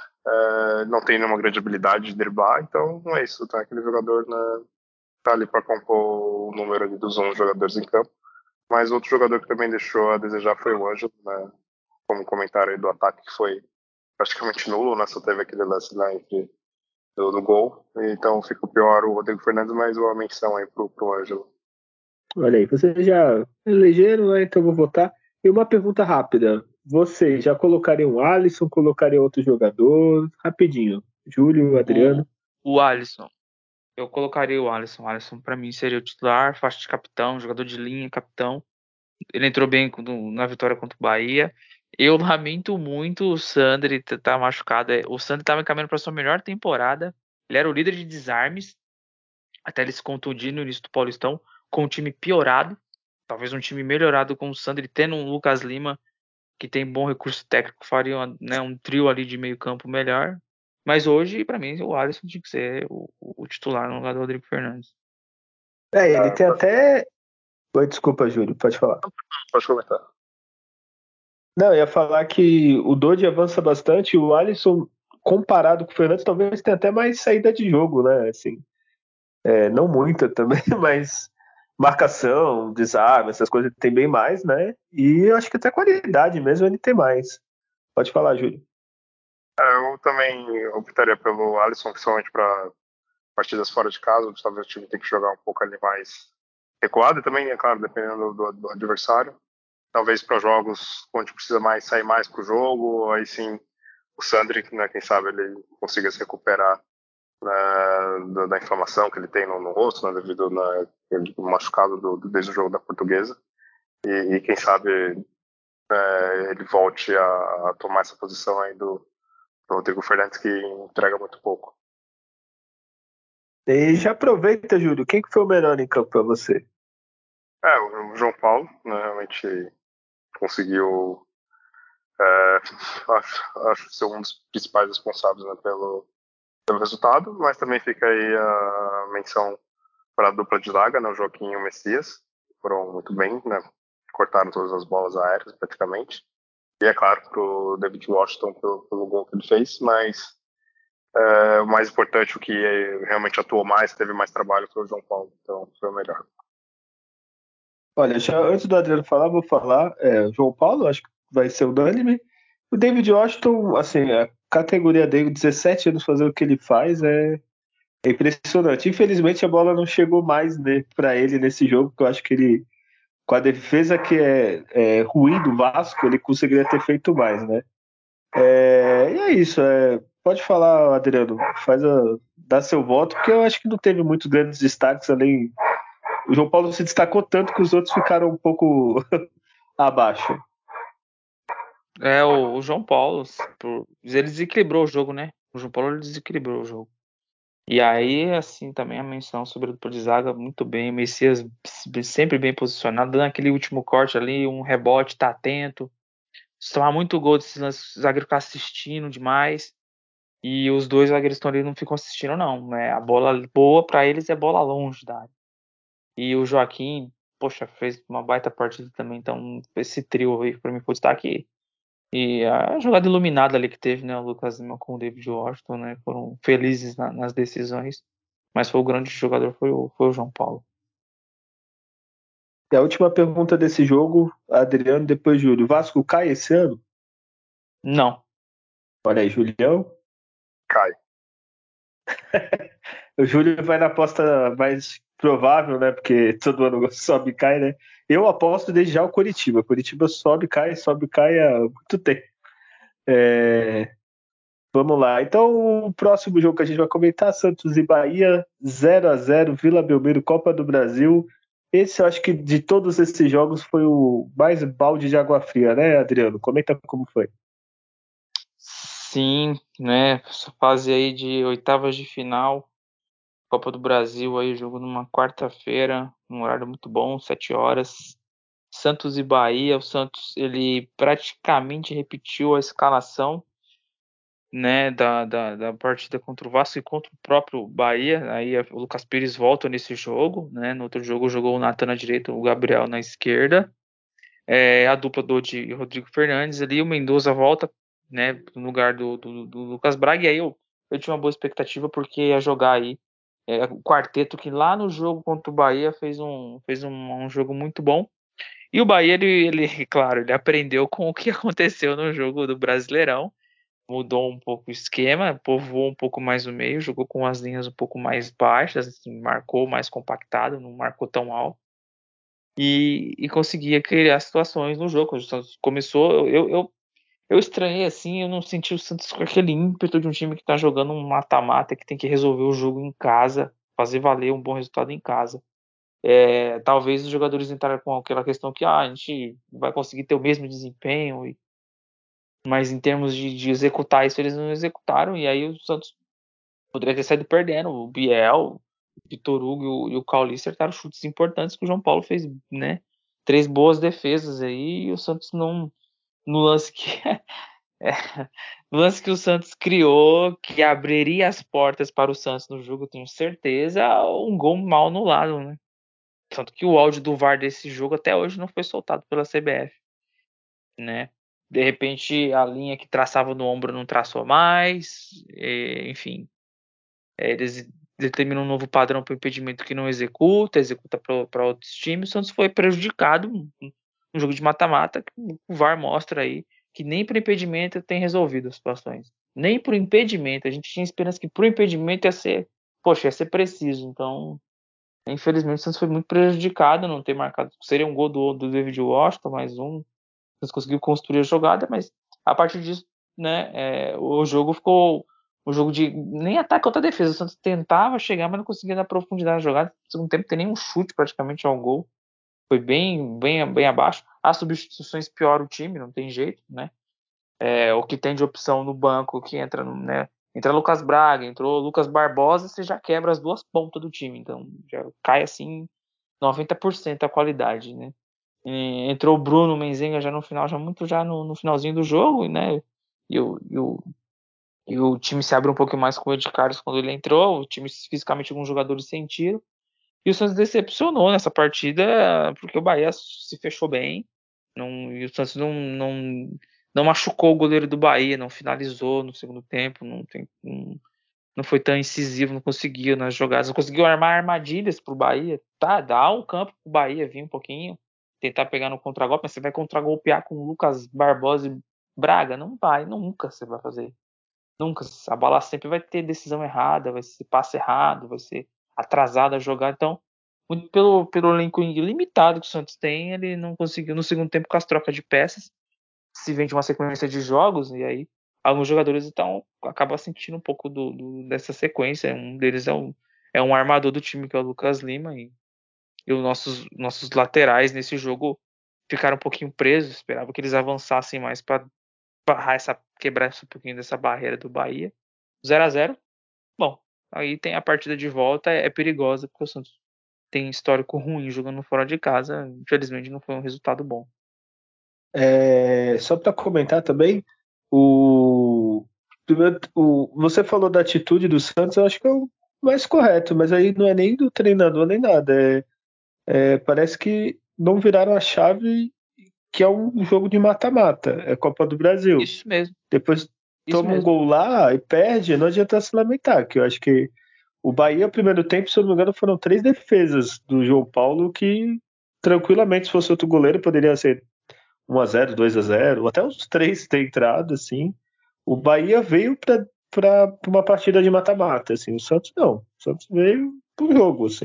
B: É, não tem nenhuma grande habilidade de driblar, então não é isso. Tá? Aquele jogador, né, tá ali para compor o número ali dos onze jogadores em campo. Mas outro jogador que também deixou a desejar foi o Ângelo, né? Como comentário aí do ataque que foi praticamente nulo, né? Só teve aquele lance lá entre do, do gol. Então fica o pior o Rodrigo Fernandes, mas uma menção aí pro, pro Ângelo.
A: Olha aí, vocês já elegeram, né? Então eu vou votar. E uma pergunta rápida. Vocês já colocariam o Alisson, colocariam outro jogador? Rapidinho. Júlio,
C: O,
A: Adriano.
C: o Alisson. Eu colocaria o Alisson. O Alisson, pra mim, seria o titular, faixa de capitão, jogador de linha, capitão. Ele entrou bem no- na vitória contra o Bahia. Eu lamento muito o Sandri estar tá machucado. É, o Sandri estava encaminhando para sua melhor temporada. Ele era o líder de desarmes, até ele se contundir no início do Paulistão, com o time piorado. Talvez um time melhorado com o Sandri, tendo um Lucas Lima, que tem bom recurso técnico, faria, né, um trio ali de meio campo melhor. Mas hoje, para mim, o Alisson tinha que ser o, o titular no lugar do Rodrigo Fernandes.
A: É, ele
B: Ah,
A: tem
B: pode,
A: até. Oi, desculpa, Júlio, pode falar.
B: pode comentar.
A: Não, eu ia falar que o Dodge avança bastante, o Alisson, comparado com o Fernandes, talvez tenha até mais saída de jogo, né? Assim, é, não muita também, mas marcação, desarme, essas coisas ele tem bem mais, né? E eu acho que até qualidade mesmo ele tem mais. Pode falar, Júlio.
B: É, eu também optaria pelo Alisson, principalmente para partidas fora de casa, onde talvez o time tenha que jogar um pouco ali mais recuado, e também, é claro, dependendo do, do adversário. Talvez para jogos onde precisa mais sair mais para o jogo, aí sim o Sandri, né, quem sabe ele consiga se recuperar né, da, da inflamação que ele tem no, no rosto, né, devido ao machucado do, do, desde o jogo da Portuguesa. E, e quem sabe é, ele volte a, a tomar essa posição aí do, do Rodrigo Fernandes, que entrega muito pouco.
A: E já aproveita, Júlio. Quem que foi o melhor em campo para você?
B: É, o João Paulo, né, realmente conseguiu, é, acho, acho ser um dos principais responsáveis, né, pelo, pelo resultado, mas também fica aí a menção para a dupla de zaga, né, o Joaquim e o Messias, foram muito bem, né, cortaram todas as bolas aéreas praticamente. E é claro para o David Washington pelo, pelo gol que ele fez, mas é, o mais importante, o que realmente atuou mais, teve mais trabalho, foi o João Paulo, então foi o melhor.
A: Olha, já antes do Adriano falar, vou falar. É, o João Paulo, acho que vai ser unânime. O David Washington, assim, a categoria dele, dezessete anos fazer o que ele faz, é, é impressionante. Infelizmente a bola não chegou mais né, para ele nesse jogo, porque eu acho que ele, com a defesa que é, é ruim do Vasco, ele conseguiria ter feito mais, né? É, e é isso. É, pode falar, Adriano, faz a, dá seu voto, porque eu acho que não teve muitos grandes destaques além. O João Paulo se destacou tanto que os outros ficaram um pouco abaixo.
C: É, o, o João Paulo, por, ele desequilibrou o jogo, né? O João Paulo ele desequilibrou o jogo. E aí, assim, também a menção sobre o duplo de zaga, muito bem. O Messias sempre bem posicionado, dando aquele último corte ali, um rebote, tá atento. Se tomar muito gol desses lances, o zagueiro ficar assistindo demais. E os dois zagueiros estão ali não ficam assistindo, não. É, a bola boa para eles é bola longe da área. E o Joaquim, poxa, fez uma baita partida também. Então, esse trio aí, para mim, foi destaque. E a jogada iluminada ali que teve, né? O Lucas Lima com o David Washington, né? Foram felizes na, nas decisões. Mas foi o grande jogador, foi o, foi o João Paulo.
A: E a última pergunta desse jogo, Adriano, depois Júlio. Vasco cai esse ano?
C: Não.
A: Olha aí, Julião.
B: Cai.
A: O Júlio vai na aposta mais provável, né? Porque todo ano sobe e cai, né? Eu aposto desde já o Coritiba. Coritiba sobe, cai, sobe, cai há muito tempo. É, vamos lá. Então, o próximo jogo que a gente vai comentar, Santos e Bahia, zero a zero, Vila Belmiro, Copa do Brasil. Esse, eu acho que de todos esses jogos foi o mais balde de água fria, né, Adriano? Comenta como foi.
C: Sim, né? Essa fase aí de oitavas de final, Copa do Brasil aí, jogo numa quarta-feira, um horário muito bom, sete horas. Santos e Bahia, o Santos ele praticamente repetiu a escalação, né, da, da, da partida contra o Vasco e contra o próprio Bahia. Aí o Lucas Pires volta nesse jogo, né? No outro jogo jogou o Natan na direita, o Gabriel na esquerda. É, a dupla do de Rodrigo Fernandes ali, o Mendoza volta, né, no lugar do, do, do Lucas Braga. E aí eu, eu tinha uma boa expectativa porque ia jogar aí é, o quarteto que lá no jogo contra o Bahia fez um, fez um, um jogo muito bom. E o Bahia, ele, ele, claro, ele aprendeu com o que aconteceu no jogo do Brasileirão, mudou um pouco o esquema, povoou um pouco mais o meio, jogou com as linhas um pouco mais baixas, assim, marcou mais compactado, não marcou tão alto, e, e conseguia criar situações no jogo. O Santos começou, eu, eu, eu estranhei assim, eu não senti o Santos com aquele ímpeto de um time que está jogando um mata-mata, que tem que resolver o jogo em casa, fazer valer um bom resultado em casa. É, talvez os jogadores entraram com aquela questão que ah, a gente vai conseguir ter o mesmo desempenho, e, mas em termos de, de executar isso, eles não executaram, e aí o Santos poderia ter saído perdendo. O Biel, o Vitor Hugo e o, e o Cauli acertaram chutes importantes que o João Paulo fez, né? Três boas defesas aí, e o Santos não. No lance que. É, no lance que o Santos criou, que abriria as portas para o Santos no jogo, eu tenho certeza, um gol mal anulado, né? Tanto que o áudio do V A R desse jogo até hoje não foi soltado pela C B F, né? De repente a linha que traçava no ombro não traçou mais, e, enfim. É, eles determinam um novo padrão para o impedimento que não executa, executa para outros times. O Santos foi prejudicado no jogo de mata-mata, que o V A R mostra aí que nem para impedimento tem resolvido as situações. Nem para impedimento. A gente tinha esperança que para o impedimento ia ser, poxa, ia ser preciso. Então, infelizmente, o Santos foi muito prejudicado, não ter marcado. Seria um gol do, do David Washington, mais um. O Santos conseguiu construir a jogada, mas a partir disso, né, é, o jogo ficou o jogo de nem ataque contra defesa. O Santos tentava chegar, mas não conseguia dar profundidade na jogada. No segundo tempo, tem nenhum chute praticamente ao gol. Foi bem, bem, bem abaixo. As substituições pioram o time, não tem jeito, né? É, o que tem de opção no banco, que entra, né? Entra Lucas Braga, entrou Lucas Barbosa, você já quebra as duas pontas do time. Então, já cai assim noventa por cento a qualidade, né? E entrou o Bruno Menzenga já no final, já muito já no, no finalzinho do jogo, né? E o, e, o, e o time se abre um pouco mais com o Ed Carlos quando ele entrou. O time fisicamente alguns jogadores sentiram. E o Santos decepcionou nessa partida, porque o Bahia se fechou bem. Não, e o Santos não, não, não machucou o goleiro do Bahia, não finalizou no segundo tempo, não, tem, não, não foi tão incisivo, não conseguiu nas jogadas, não conseguiu armar armadilhas pro Bahia. Tá, dá um campo pro Bahia vir um pouquinho, tentar pegar no contragolpe, mas você vai contragolpear com o Lucas Barbosa e Braga? Não vai, nunca você vai fazer. Nunca. A bola sempre vai ter decisão errada, vai ser passe errado, vai ser atrasada a jogar. Então, muito pelo, pelo elenco limitado que o Santos tem, ele não conseguiu no segundo tempo com as trocas de peças. Se vem de uma sequência de jogos, e aí alguns jogadores então acabam sentindo um pouco do, do, dessa sequência. Um deles é um, é um armador do time, que é o Lucas Lima, e, e os nossos, nossos laterais nesse jogo ficaram um pouquinho presos. Esperava que eles avançassem mais para barrar essa, quebrar um pouquinho dessa barreira do Bahia. zero a zero. Bom, aí tem a partida de volta, é, é perigosa, porque o Santos tem histórico ruim jogando fora de casa. Infelizmente não foi um resultado bom.
A: É, só para comentar também, o, o, você falou da atitude do Santos, eu acho que é o mais correto, mas aí não é nem do treinador nem nada. É, é, parece que não viraram a chave, que é um jogo de mata-mata, é Copa do Brasil.
C: Isso mesmo.
A: Depois
C: Isso
A: toma um
C: mesmo.
A: gol lá e perde, não adianta se lamentar, que eu acho que o Bahia, no primeiro tempo, se eu não me engano, foram três defesas do João Paulo que tranquilamente, se fosse outro goleiro, poderia ser um a zero, dois a zero, até os três ter entrado, assim. O Bahia veio para uma partida de mata-mata, assim. O Santos não. O Santos veio pro jogo, assim.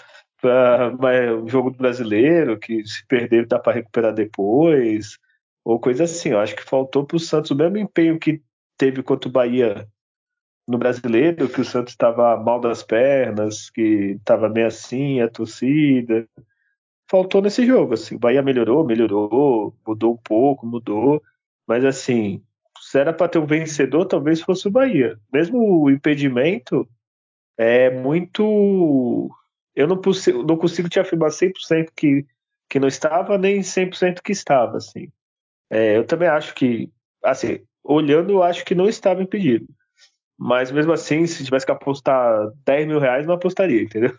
A: para o jogo do brasileiro, que se perder dá para recuperar depois, ou coisa assim. Eu acho que faltou para o Santos o mesmo empenho que teve contra o Bahia no brasileiro, que o Santos estava mal das pernas, que estava meio assim, a torcida. Faltou nesse jogo, assim. O Bahia melhorou, melhorou, mudou um pouco, mudou, mas assim, se era para ter um vencedor, talvez fosse o Bahia. Mesmo o impedimento é muito. Eu não, consigo, não consigo te afirmar cem por cento que, que não estava, nem cem por cento que estava, assim. É, eu também acho que, assim, olhando, eu acho que não estava impedido. Mas mesmo assim, se tivesse que apostar dez mil reais, não apostaria, entendeu?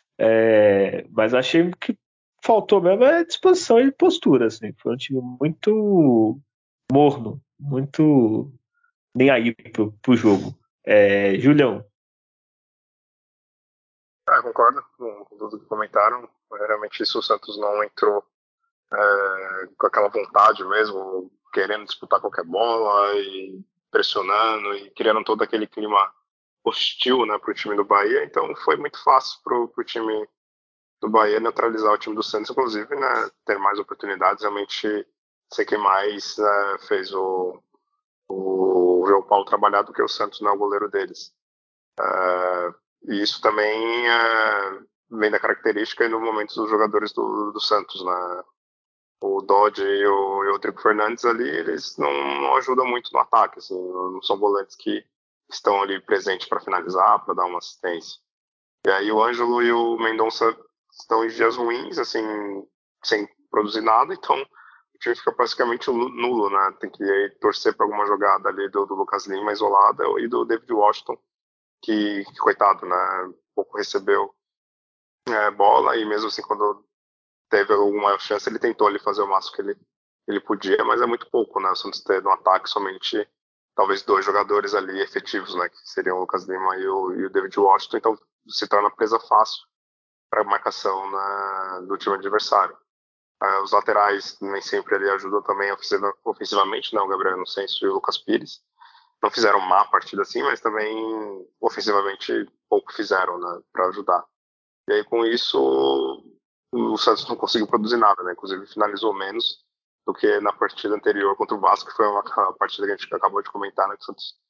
A: É, mas achei que faltou mesmo é disposição e postura, assim. Foi um time muito morno, muito nem aí pro, pro jogo. É, Julião.
B: Ah, concordo com, com tudo que comentaram. Realmente isso, o Santos não entrou é, com aquela vontade mesmo, querendo disputar qualquer bola e pressionando e criando todo aquele clima hostil, né, para o time do Bahia. Então foi muito fácil para o time do Bahia neutralizar o time do Santos, inclusive, né, ter mais oportunidades. Realmente ser quem mais né, fez o, o João Paulo trabalhar do que o Santos, não é o goleiro deles. Uh, e isso também uh, vem da característica e no momento dos jogadores do, do Santos, né? O Dodge e o, e o Rodrigo Fernandes ali, eles não, não ajudam muito no ataque, assim, não são volantes que estão ali presentes para finalizar, para dar uma assistência. E aí o Ângelo e o Mendonça estão em dias ruins, assim, sem produzir nada, então o time fica praticamente nulo, né? Tem que aí, torcer para alguma jogada ali do, do Lucas Lima isolada e do David Washington, que, que coitado, né? Pouco recebeu é, bola e mesmo assim quando teve alguma chance ele tentou ali fazer o máximo que ele, ele podia, mas é muito pouco, né? O Santos ter no ataque somente talvez dois jogadores ali efetivos, né? Que seriam o Lucas Lima e o, e o David Washington, então se torna presa fácil para a marcação né, do time adversário. Uh, os laterais nem sempre ali ajudam também ofensivamente, né? O Gabriel Inocêncio e o Lucas Pires não fizeram má partida assim, mas também ofensivamente pouco fizeram, né, para ajudar. E aí com isso o Santos não conseguiu produzir nada, né? Inclusive finalizou menos do que na partida anterior contra o Vasco, que foi uma, uma partida que a gente acabou de comentar, né? Que o Santos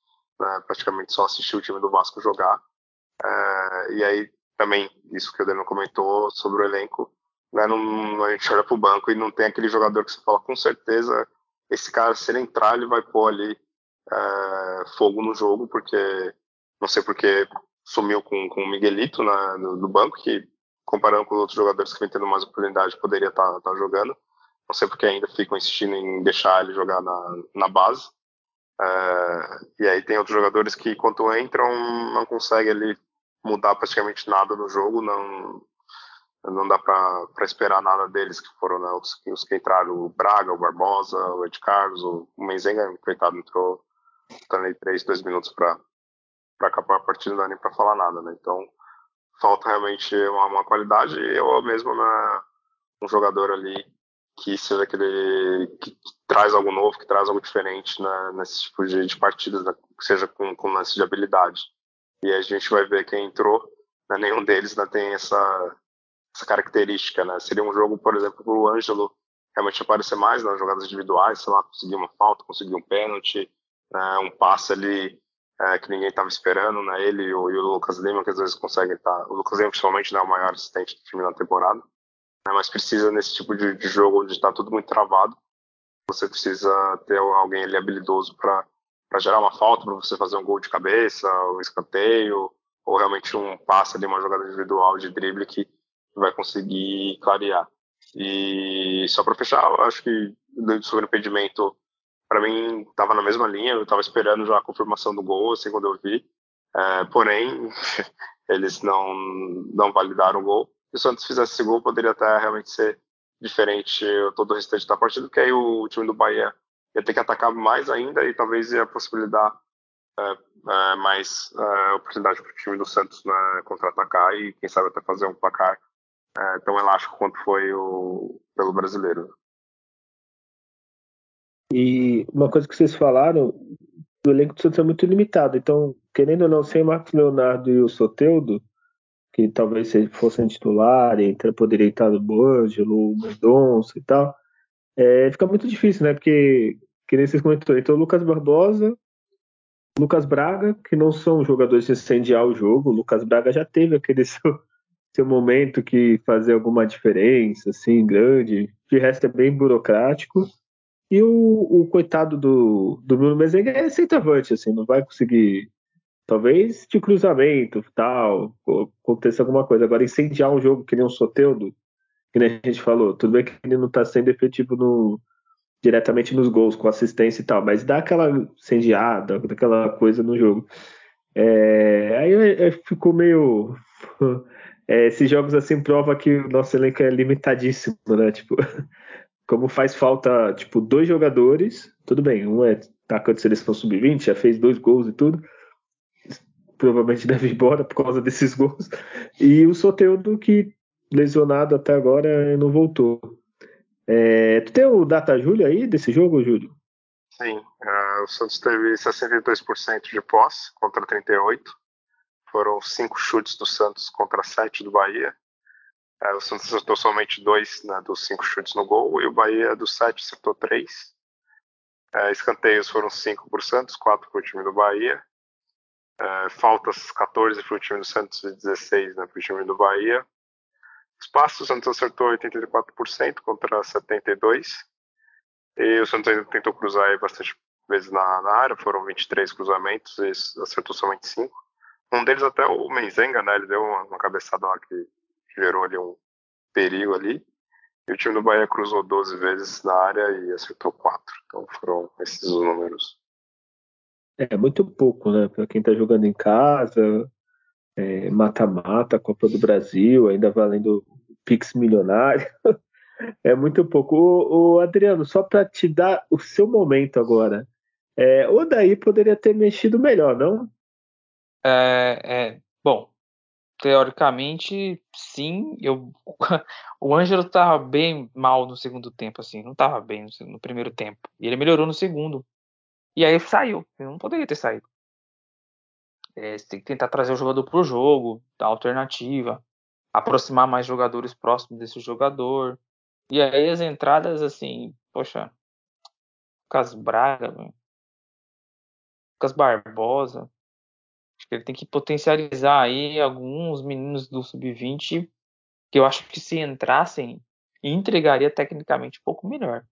B: né, praticamente só assisti o time do Vasco jogar. É, e aí também, isso que o Adriano comentou sobre o elenco, né, não, a gente olha pro banco e não tem aquele jogador que você fala, com certeza, esse cara, se ele entrar, ele vai pôr ali é, fogo no jogo, porque não sei porque sumiu com, com o Miguelito na, no, no banco, que comparando com os outros jogadores que vem tendo mais oportunidade, poderia estar tá, tá jogando. Não sei porque ainda ficam insistindo em deixar ele jogar na, na base. É, e aí tem outros jogadores que, quando entram, não conseguem ali mudar praticamente nada no jogo, não, não dá para esperar nada deles, que foram, né, os, os que entraram, o Braga, o Barbosa, o Ed Carlos, o Menzenga, coitado, entrou também três, dois minutos para acabar a partida, não dá nem para falar nada, né? Então falta realmente uma, uma qualidade, e eu mesmo, né, um jogador ali que seja aquele que, que traz algo novo, que traz algo diferente, né, nesse tipo de, de partidas, né, que seja com, com lance de habilidade. E a gente vai ver quem entrou, né, nenhum deles, né, tem essa, essa característica, né? Seria um jogo, por exemplo, para o Ângelo realmente aparecer mais nas jogadas individuais, sei lá, conseguir uma falta, conseguir um pênalti, né, um passe ali é, que ninguém estava esperando, né? Ele e o, e o Lucas Lima, que às vezes conseguem estar. O Lucas Lima, principalmente, né, é o maior assistente do time na temporada, né, mas precisa, nesse tipo de, de jogo onde está tudo muito travado, você precisa ter alguém ali habilidoso para gerar uma falta, para você fazer um gol de cabeça, um escanteio, ou realmente um passe ali, uma jogada individual de drible que vai conseguir clarear. E só para fechar, eu acho que sobre o impedimento, para mim estava na mesma linha, eu estava esperando já a confirmação do gol, assim, quando eu vi. É, porém, eles não, não validaram o gol. Se o Santos fizesse esse gol, poderia até realmente ser diferente todo o restante da partida, porque aí o time do Bahia ia ter que atacar mais ainda e talvez ia possibilitar é, é, mais é, oportunidade para o time do Santos, né, contra-atacar e quem sabe até fazer um placar é, tão elástico quanto foi o pelo brasileiro.
A: E uma coisa que vocês falaram, o elenco do Santos é muito limitado, então, querendo ou não, sem o Marcos Leonardo e o Soteldo, que talvez se fossem titular, entre, poderia estar o Ângelo, o Mendonça e tal, é, fica muito difícil, né? Porque, que nem vocês comentaram, então o Lucas Barbosa, Lucas Braga, que não são jogadores de incendiar o jogo, o Lucas Braga já teve aquele seu, seu momento que fazia alguma diferença, assim, grande, de resto é bem burocrático. E o, o coitado do, do Bruno Mezenga é centroavante, assim, não vai conseguir. Talvez de cruzamento, tal, aconteça alguma coisa. Agora, incendiar um jogo que nem um Soteldo, que nem a gente falou, tudo bem que ele não está sendo efetivo no, diretamente nos gols, com assistência e tal, mas dá aquela incendiada, aquela coisa no jogo. É, aí é, ficou meio. É, esses jogos assim prova que o nosso elenco é limitadíssimo, né? Tipo, como faz falta, tipo, dois jogadores, tudo bem, um é atacante de seleção sub vinte, já fez dois gols e tudo, provavelmente deve ir embora por causa desses gols, e o Soteldo que lesionado até agora não voltou. É, tu tem o Data Júlio aí desse jogo, Júlio?
B: Sim, uh, o Santos teve sessenta e dois por cento de posse contra trinta e oito por cento. Foram cinco chutes do Santos contra sete do Bahia. Uh, o Santos acertou somente dois, né, dos cinco chutes no gol, e o Bahia dos sete acertou três. Uh, escanteios foram cinco para o Santos, quatro para o time do Bahia. Uh, faltas quatorze para o time do Santos e dezesseis, né, para o time do Bahia. Os passos, o Santos acertou oitenta e quatro por cento contra setenta e dois por cento. E o Santos ainda tentou cruzar aí bastante vezes na, na área, foram vinte e três cruzamentos e acertou somente cinco. Um deles até o Menzenga, né? Ele deu uma, uma cabeçada lá que gerou ali um perigo ali. E o time do Bahia cruzou doze vezes na área e acertou quatro. Então foram esses os números.
A: É muito pouco, né? Para quem tá jogando em casa, é, mata-mata, Copa do Brasil, ainda valendo Pix milionário. É muito pouco. O, o Adriano, só para te dar o seu momento agora, é, o daí poderia ter mexido melhor, não?
C: É, é, bom, teoricamente, sim. Eu, o Ângelo tava bem mal no segundo tempo, assim, não tava bem no, no primeiro tempo. E ele melhorou no segundo. E aí saiu. Ele não poderia ter saído. É, você tem que tentar trazer o jogador pro jogo, dar alternativa, aproximar mais jogadores próximos desse jogador. E aí as entradas, assim, poxa, Lucas Braga, Lucas Barbosa. Acho que ele tem que potencializar aí alguns meninos do sub vinte que eu acho que se entrassem, entregaria tecnicamente um pouco melhor.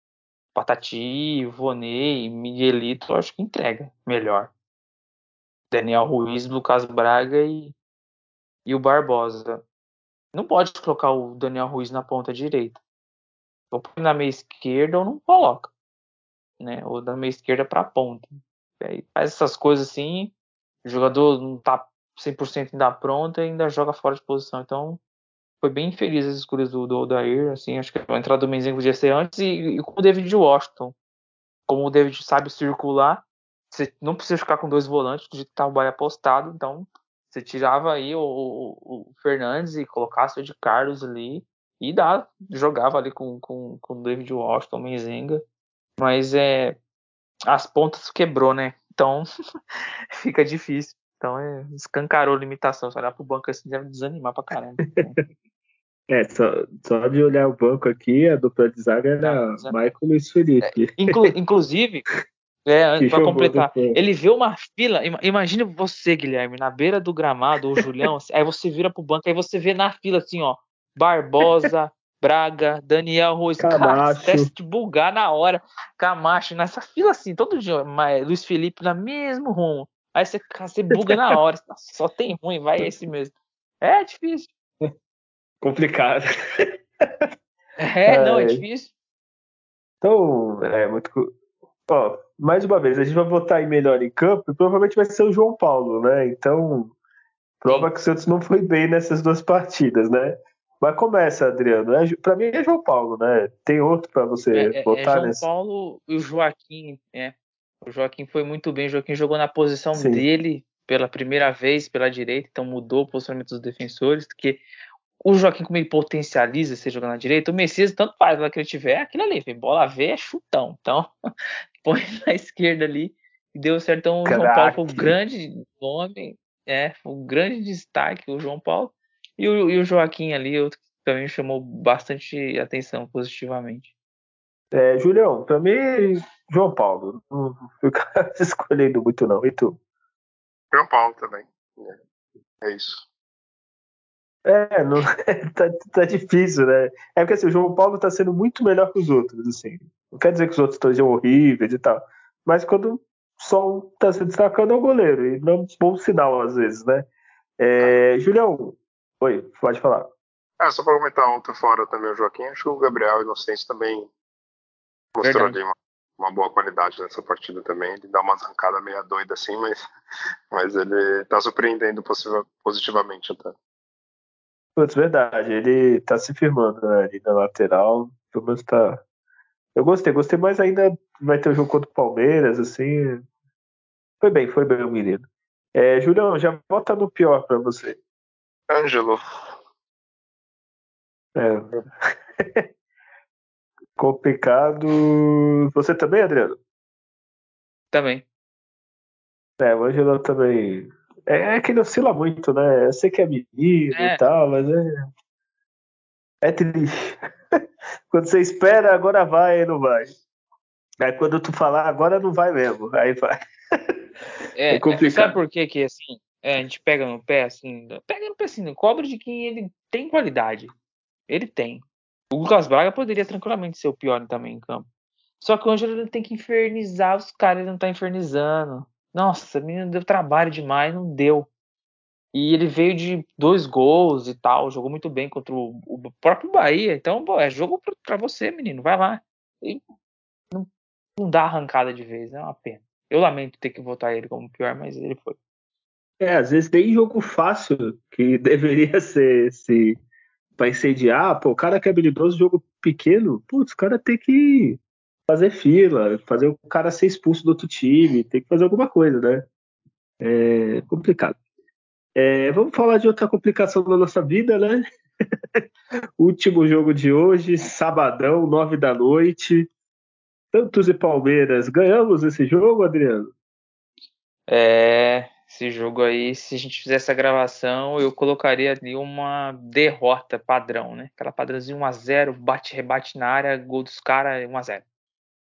C: Patati, Vonei, Miguelito, eu acho que entrega melhor. Daniel Ruiz, Lucas Braga e, e o Barbosa. Não pode colocar o Daniel Ruiz na ponta direita. Ou põe na meia esquerda ou não coloca. Né? Ou da meia esquerda para a ponta. E aí faz essas coisas assim, o jogador não tá cem por cento ainda pronto e ainda joga fora de posição. Então, foi bem infeliz as escolhas do, do Odair. Assim, acho que a entrada do Menzengo podia ser antes e, e com o David Washington. Como o David sabe circular, você não precisa ficar com dois volantes do jeito que tá o Bahia apostado. Então, você tirava aí o, o, o Fernandes e colocasse o de Carlos ali e dá, jogava ali com, com, com o David Washington, Menzenga. Mas é, as pontas quebrou, né? Então, fica difícil. Então, é, escancarou a limitação. Se olhar pro banco assim, deve desanimar pra caramba.
A: É, só, só de olhar o banco aqui, a dupla de zaga
C: Não,
A: era
C: desanima.
A: Michael e Luiz Felipe.
C: Inclu, inclusive, é,
A: Que
C: para
A: jogou
C: completar,
A: depois.
C: ele vê uma fila. Imagine você, Guilherme, na beira do gramado, ou Julião, aí você vira pro banco, aí você vê na fila assim, ó, Barbosa, Braga, Daniel Ruiz. Cara, você
A: Camacho.
C: te bugar na hora. Camacho, nessa fila assim, todo dia, mas Luiz Felipe na mesmo rumo. Aí você, você buga na hora. Nossa, só tem ruim, vai esse mesmo. É difícil.
A: Complicado.
C: É, não, é
A: É,
C: difícil.
A: então, é muito. Ó, mais uma vez, a gente vai votar em melhor em campo e provavelmente vai ser o João Paulo, né? Então, prova
C: Sim.
A: que o Santos não foi bem nessas duas partidas, né? Mas começa, Adriano. É, para mim é João Paulo, né? Tem outro para você
C: É, é, é
A: votar
C: João
A: nesse?
C: Paulo e o Joaquim. É. O Joaquim foi muito bem. O Joaquim jogou na posição
A: Sim.
C: dele pela primeira vez pela direita, então mudou o posicionamento dos defensores. Porque o Joaquim, como ele potencializa você jogando na direita, o Messias, tanto faz lá que ele tiver, é aquilo ali. Vem bola ver, é chutão. Então, põe na esquerda ali e deu certo. Então, o João Paulo foi o
A: Craque.
C: grande nome, é, foi o grande destaque, o João Paulo. E o, e o Joaquim ali, outro que também chamou bastante atenção positivamente.
A: É, Julião, pra mim, João Paulo. Não fica escolhendo muito, não. E tu?
B: João Paulo também. É, é isso.
A: É, não, tá, tá difícil, né? É porque assim, o João Paulo tá sendo muito melhor que os outros, assim. Não quer dizer que os outros estejam horríveis e tal. Mas quando só um tá se destacando é o goleiro. E não é um bom sinal, às vezes, né? É, Julião, oi, pode falar.
B: Ah, só para comentar ontem fora também o Joaquim, acho que o Gabriel Inocente também mostrou
C: Verdade.
B: ali uma, uma boa qualidade nessa partida também. Ele dá uma arrancada meia doida assim, mas, mas ele tá surpreendendo possível, positivamente até.
A: Putz, verdade, ele tá se firmando, né, ali na lateral. Pelo menos tá. Eu gostei, gostei mais ainda. Vai ter o jogo contra o Palmeiras, assim. Foi bem, foi bem o menino. É, Julião, já volta no pior pra você.
B: Ângelo,
A: É, complicado. Você também, Adriano?
C: Também.
A: É, o Ângelo também. É, é que ele oscila muito, né? Eu sei que é menino e
C: É,
A: tal, mas é, é triste. Quando você espera, agora vai, aí não vai. Aí quando tu falar, agora não vai mesmo. Aí vai. É
C: é, é, sabe
A: complicado.
C: por que que assim, é, a gente pega no pé assim, pega no pé assim, não cobra de quem ele tem qualidade. Ele tem. O Lucas Braga poderia tranquilamente ser o pior também em campo. Só que o Ângelo ele tem que infernizar os caras, ele não tá infernizando. Nossa, o menino deu trabalho demais, não deu. E ele veio de dois gols e tal, jogou muito bem contra o, o próprio Bahia. Então, pô, é jogo pra, pra você, menino, vai lá. E não dá arrancada de vez, é uma pena. Eu lamento ter que votar ele como pior, mas ele foi.
A: É, às vezes tem jogo fácil que deveria ser esse para incendiar. Pô, o cara que é habilidoso, jogo pequeno, putz, o cara tem que fazer fila, fazer o cara ser expulso do outro time, tem que fazer alguma coisa, né? É complicado. É, vamos falar de outra complicação da nossa vida, né? Último jogo de hoje, sabadão, nove da noite. Santos e Palmeiras. Ganhamos esse jogo, Adriano?
C: É, esse jogo aí, se a gente fizesse a gravação, eu colocaria ali uma derrota padrão, né? Aquela padrãozinho um a zero, bate, rebate na área, gol dos caras, um a zero.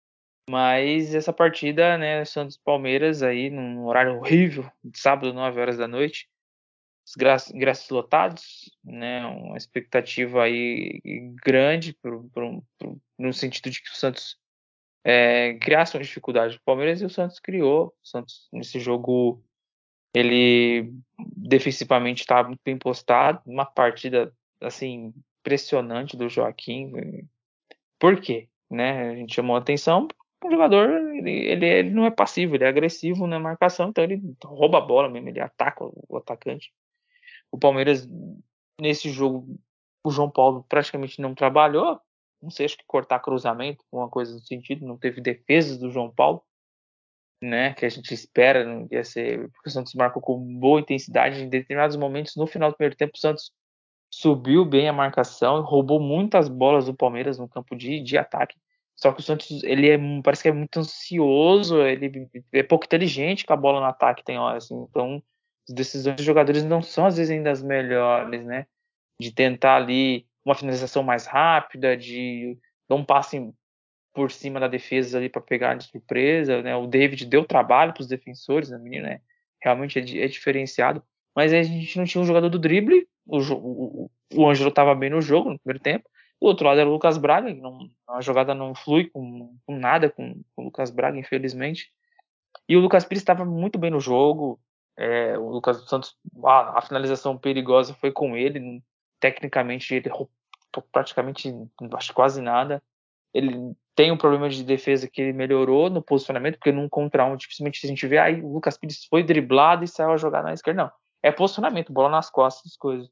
C: Mas essa partida, né, Santos e Palmeiras aí, num horário horrível, de sábado, nove horas da noite, os gra- ingressos lotados, né, uma expectativa aí grande pro, pro, pro- no sentido de que o Santos é, criasse uma dificuldade do Palmeiras, e o Santos criou. O Santos, nesse jogo, ele defensivamente estava muito bem postado, uma partida, assim, impressionante do Joaquim. Por quê? Né? A gente chamou a atenção, o jogador, ele, ele, ele não é passivo, ele é agressivo na marcação, então ele rouba a bola mesmo, ele ataca o, o atacante. O Palmeiras, nesse jogo, o João Paulo praticamente não trabalhou, não sei, acho que cortar cruzamento, alguma coisa no sentido, não teve defesas do João Paulo, né, que a gente espera, não ia ser, porque o Santos marcou com boa intensidade em determinados momentos. No final do primeiro tempo, o Santos subiu bem a marcação, roubou muitas bolas do Palmeiras no campo de, de ataque. Só que o Santos, ele é, parece que é muito ansioso, ele é pouco inteligente com a bola no ataque, tem hora, assim. Então, as decisões dos jogadores não são, às vezes, ainda as melhores, né? De tentar ali uma finalização mais rápida, de dar um passe por cima da defesa ali para pegar de surpresa, né? O David deu trabalho para os defensores, né? O menino é, realmente é, é diferenciado. Mas a gente não tinha um jogador do drible, o, o, o Ângelo estava bem no jogo no primeiro tempo. Do outro lado era o Lucas Braga, que não, a jogada não flui com, com nada com, com o Lucas Braga, infelizmente. E o Lucas Pires estava muito bem no jogo. É, o Lucas Santos, a, a, finalização perigosa foi com ele. Tecnicamente, ele praticamente, acho quase nada. Ele tem um problema de defesa que ele melhorou no posicionamento, porque num contra um, dificilmente a gente vê, aí o Lucas Pires foi driblado e saiu a jogar na esquerda. Não, é posicionamento, bola nas costas, coisas.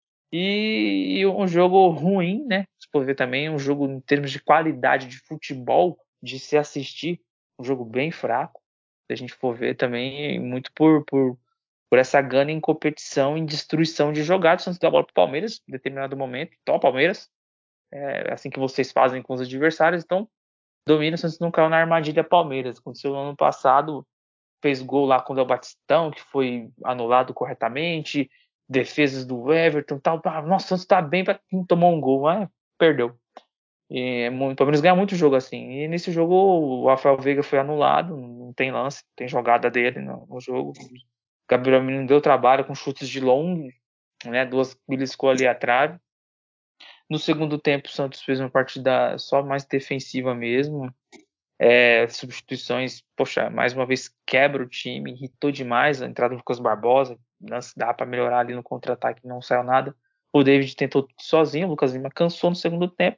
C: E, e um jogo ruim, né? Se for ver também, um jogo em termos de qualidade de futebol, de se assistir, um jogo bem fraco. Se a gente for ver também, muito por, por, por essa gana em competição, em destruição de jogadas. Santos deu a bola para o Palmeiras em determinado momento. Então, Palmeiras, é assim que vocês fazem com os adversários, então domina, o Santos não caiu na armadilha Palmeiras. Aconteceu no ano passado, fez gol lá com o Del Batistão, que foi anulado corretamente, defesas do Everton, tal. Nossa, o Santos tá bem para quem tomou um gol, mas perdeu. E o Palmeiras ganha muito jogo assim. E nesse jogo o Rafael Veiga foi anulado, não tem lance, não tem jogada dele no, no jogo. O Gabriel Menino deu trabalho com chutes de longo, né? Duas beliscou ali atrás. No segundo tempo, o Santos fez uma partida só mais defensiva mesmo. É, substituições, poxa, mais uma vez quebra o time, irritou demais a entrada do Lucas Barbosa, lance dá para melhorar ali no contra-ataque, não saiu nada. O David tentou sozinho, o Lucas Lima cansou no segundo tempo,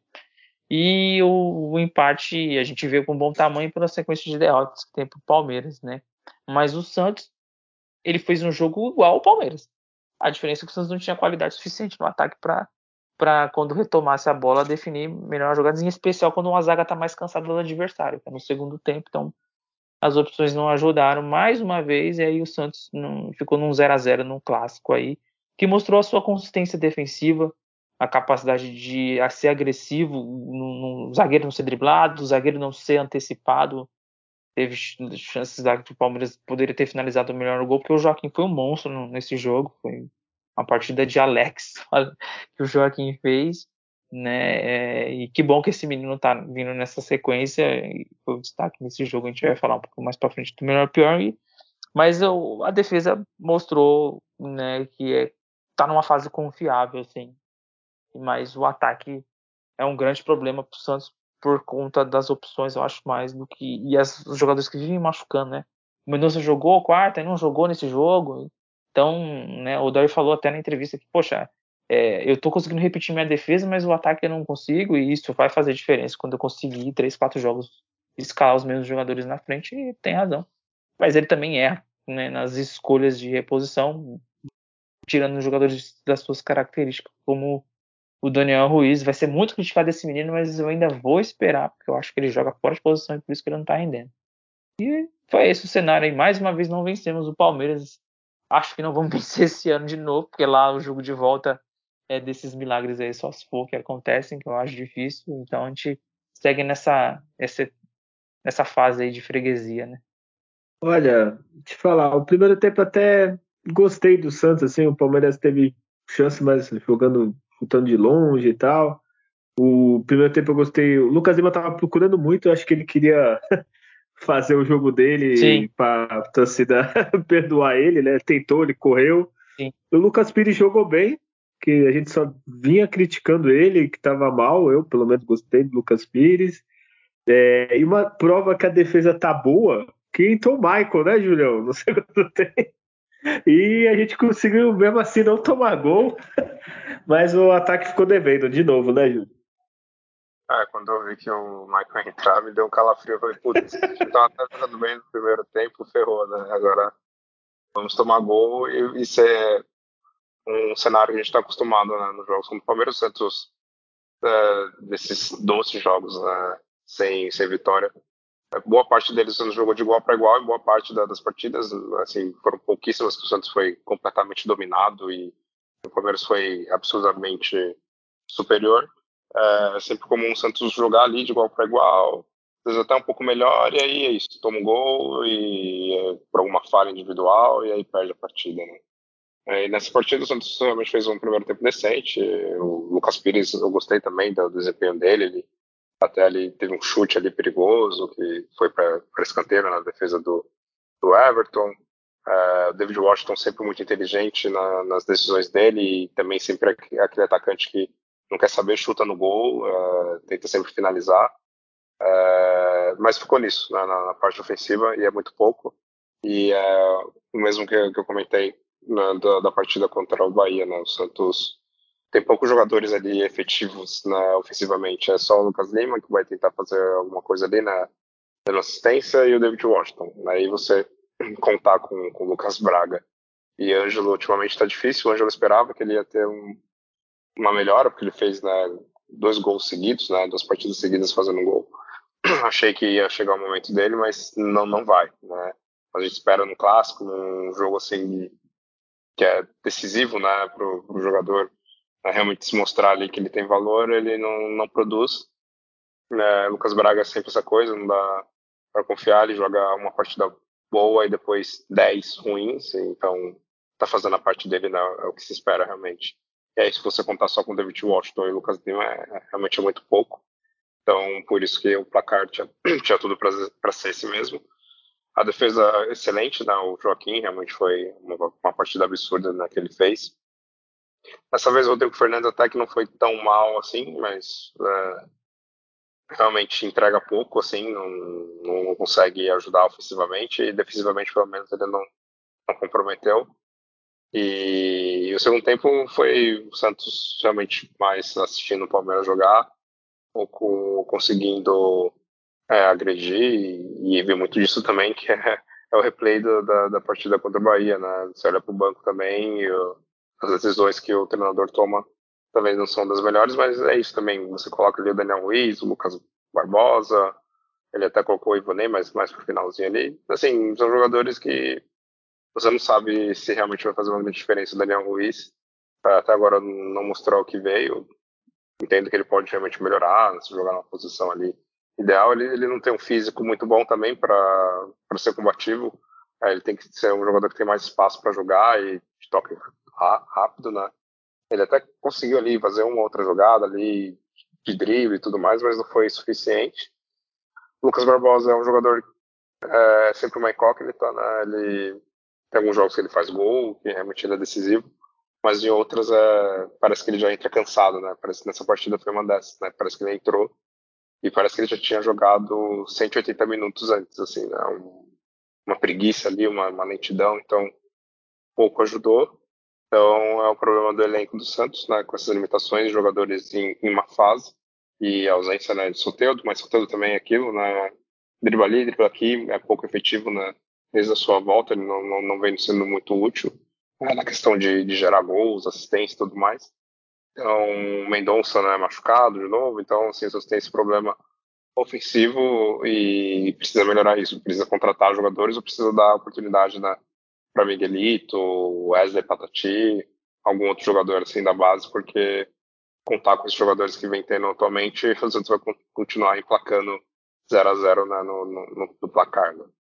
C: e o, o empate a gente veio com um bom tamanho pela sequência de derrotas que tem pro Palmeiras, né? Mas o Santos, ele fez um jogo igual ao Palmeiras. A diferença é que o Santos não tinha qualidade suficiente no ataque para para quando retomasse a bola definir melhor as jogadas, em especial quando uma zaga está mais cansada do adversário, que é no segundo tempo. Então as opções não ajudaram mais uma vez, e aí o Santos não, ficou num zero a zero num clássico aí, que mostrou a sua consistência defensiva, a capacidade de a ser agressivo, no, no zagueiro não ser driblado, o zagueiro não ser antecipado. Teve chances da que o Palmeiras poderia ter finalizado melhor o gol, porque o Joaquim foi um monstro nesse jogo, foi uma partida de Alex que o Joaquim fez, né? É, e que bom que esse menino tá vindo nessa sequência, e foi o destaque nesse jogo. A gente vai falar um pouco mais para frente do melhor e pior, e, mas eu, a defesa mostrou, né, que é, tá numa fase confiável, assim, mas o ataque é um grande problema para o Santos por conta das opções, eu acho, mais do que. E as, os jogadores que vivem machucando, né? O Mendonça jogou quarta e não jogou nesse jogo. Então, né, o Dória falou até na entrevista que, poxa, é, eu tô conseguindo repetir minha defesa, mas o ataque eu não consigo, e isso vai fazer diferença quando eu conseguir três, quatro jogos escalar os mesmos jogadores na frente, e tem razão. Mas ele também erra, né, nas escolhas de reposição, tirando os jogadores das suas características, como o Daniel Ruiz. Vai ser muito criticado esse menino, mas eu ainda vou esperar, porque eu acho que ele joga fora de posição e por isso que ele não tá rendendo. E foi esse o cenário aí. Mais uma vez não vencemos o Palmeiras. Acho que não vamos vencer esse ano de novo, porque lá o jogo de volta é desses milagres aí, só se for que acontecem, que eu acho difícil. Então a gente segue nessa, essa, nessa fase aí de freguesia, né?
A: Olha, te falar, o primeiro tempo até gostei do Santos, assim, o Palmeiras teve chance, mas jogando, chutando de longe e tal. O primeiro tempo eu gostei. O Lucas Lima tava procurando muito, eu acho que ele queria fazer o jogo
C: Sim,
A: dele para a torcida perdoar ele, né? Tentou, ele correu.
C: sim.
A: O Lucas Pires jogou bem, que a gente só vinha criticando ele, que estava mal. Eu, pelo menos, gostei do Lucas Pires. É, e uma prova que a defesa tá boa, que entrou o Michael, né, Julião? No segundo tempo. E a gente conseguiu, mesmo assim, não tomar gol, mas o ataque ficou devendo de novo, né, Júlio?
B: É, quando eu vi que o Michael ia entrar, me deu um calafrio. Eu falei, putz, o time tava até jogando bem no primeiro tempo, ferrou, né? Agora vamos tomar gol e isso é um cenário que a gente está acostumado, né, nos jogos como o Palmeiras e Santos, é, desses doze jogos, né, sem, sem vitória. É, boa parte deles no jogou de igual para igual e boa parte da, das partidas, assim, foram pouquíssimas que o Santos foi completamente dominado e o Palmeiras foi absurdamente superior. É sempre comum o Santos jogar ali de igual para igual, às vezes até um pouco melhor, e aí é isso, toma um gol e é, por alguma falha individual e aí perde a partida, né? É, e nessa partida o Santos realmente fez um primeiro tempo decente. O Lucas Pires, eu gostei também do desempenho dele. Ele até ali teve um chute ali perigoso que foi para escanteio na defesa do, do Everton. É, o David Washington sempre muito inteligente na, nas decisões dele e também sempre aquele atacante que não quer saber, chuta no gol, é, tenta sempre finalizar. É, mas ficou nisso, né, na, na parte ofensiva, e é muito pouco. E é o mesmo que, que eu comentei na, da, da partida contra o Bahia, né? O Santos tem poucos jogadores ali efetivos, né, ofensivamente. É só o Lucas Lima que vai tentar fazer alguma coisa ali na, na assistência e o David Washington. Aí você contar com, com o Lucas Braga e Ângelo ultimamente está difícil. O Ângelo esperava que ele ia ter um, uma melhora, porque ele fez, né, dois gols seguidos, né, duas partidas seguidas fazendo gol. Achei que ia chegar o momento dele, mas não, não vai, né? A gente espera no clássico, num jogo assim que é decisivo, né, para o jogador, né, realmente se mostrar ali que ele tem valor, ele não, não produz. Né? Lucas Braga é sempre essa coisa, não dá para confiar, ele joga uma partida boa e depois dez ruins, então tá fazendo a parte dele, né, é o que se espera realmente. E aí, se você contar só com David Washington e Lucas Lima, é, é, realmente é muito pouco. Então, por isso que o placar tinha, tinha tudo para ser esse mesmo. A defesa excelente, né? O Joaquim realmente foi uma, uma partida absurda, né, que ele fez. Dessa vez o Rodrigo Fernandes até que não foi tão mal assim, mas é, realmente entrega pouco, assim, não, não consegue ajudar ofensivamente e defensivamente pelo menos ele não, não comprometeu. E, e o segundo tempo foi o Santos realmente mais assistindo o Palmeiras jogar, pouco conseguindo é, agredir e, e vi muito disso também, que é, é o replay do, da, da partida contra o Bahia, né? Você olha para o banco também e o, as decisões que o treinador toma talvez não são das melhores, mas é isso também. Você coloca ali o Daniel Ruiz, o Lucas Barbosa, ele até colocou o Ivonei, mas mais pro finalzinho ali. Assim, são jogadores que você não sabe se realmente vai fazer uma grande diferença. O Daniel Ruiz até agora não mostrou o que veio, entendo que ele pode realmente melhorar, se jogar numa posição ali ideal. Ele, ele não tem um físico muito bom também para ser combativo. É, ele tem que ser um jogador que tem mais espaço para jogar e de toque rápido, né? Ele até conseguiu ali fazer uma outra jogada ali de drible e tudo mais, mas não foi suficiente. O Lucas Barbosa é um jogador é sempre uma incógnita, né? Ele tem alguns jogos que ele faz gol, que realmente ele é decisivo, mas em outras é, parece que ele já entra cansado, né? Parece que nessa partida foi uma dessas, né? Parece que ele entrou e parece que ele já tinha jogado cento e oitenta minutos antes, assim, né? Um, uma preguiça ali, uma, uma lentidão, então pouco ajudou. Então é o problema do elenco do Santos, né? Com essas limitações, jogadores em, em uma fase e a ausência, né, de Soteldo, mas Soteldo também é aquilo, né? Dribla ali, dribla aqui, é pouco efetivo, né? Desde a sua volta, ele não, não, não vem sendo muito útil, né, na questão de, de gerar gols, assistência e tudo mais. Então, o Mendonça, né, machucado de novo, então, assim, você tem esse problema ofensivo e precisa melhorar isso. Precisa contratar jogadores ou precisa dar oportunidade, né, para Miguelito, Wesley Patati, algum outro jogador assim da base, porque contar com os jogadores que vem tendo atualmente, o Santos vai continuar emplacando zero a zero, né, no, no, no placar. Né?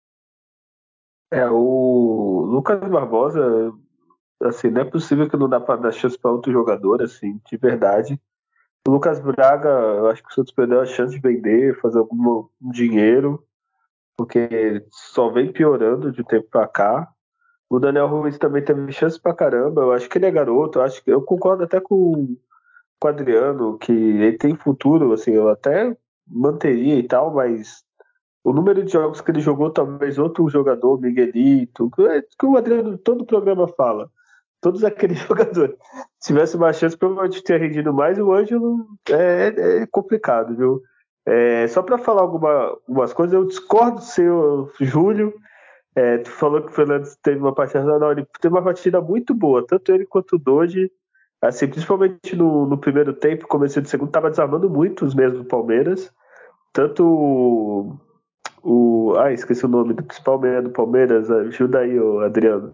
A: É, o Lucas Barbosa, assim, não é possível que não dá para dar chance para outro jogador, assim, de verdade. O Lucas Braga, eu acho que o Santos perdeu a chance de vender, fazer algum dinheiro, porque só vem piorando de tempo pra cá. O Daniel Ruiz também teve chance pra caramba. Eu acho que ele é garoto. Eu acho que eu concordo até com, com o Adriano que ele tem futuro. Assim, eu até manteria e tal, mas o número de jogos que ele jogou, talvez outro jogador, Miguelito, que, é- que o Adriano todo programa fala. Todos aqueles jogadores tivesse uma chance, provavelmente ter rendido mais. O Ângelo é, é complicado, viu? É, só para falar alguma, algumas coisas, eu discordo do seu Júlio. É, tu falou que o Fernandes teve uma partida, não, ele teve uma partida muito boa, tanto ele quanto o Dodge, assim, principalmente no, no primeiro tempo, começo do segundo, estava desarmando muito os mesmos do Palmeiras, tanto o, o, ah, esqueci o nome do principal meia do Palmeiras, ajuda aí, ô, Adriano.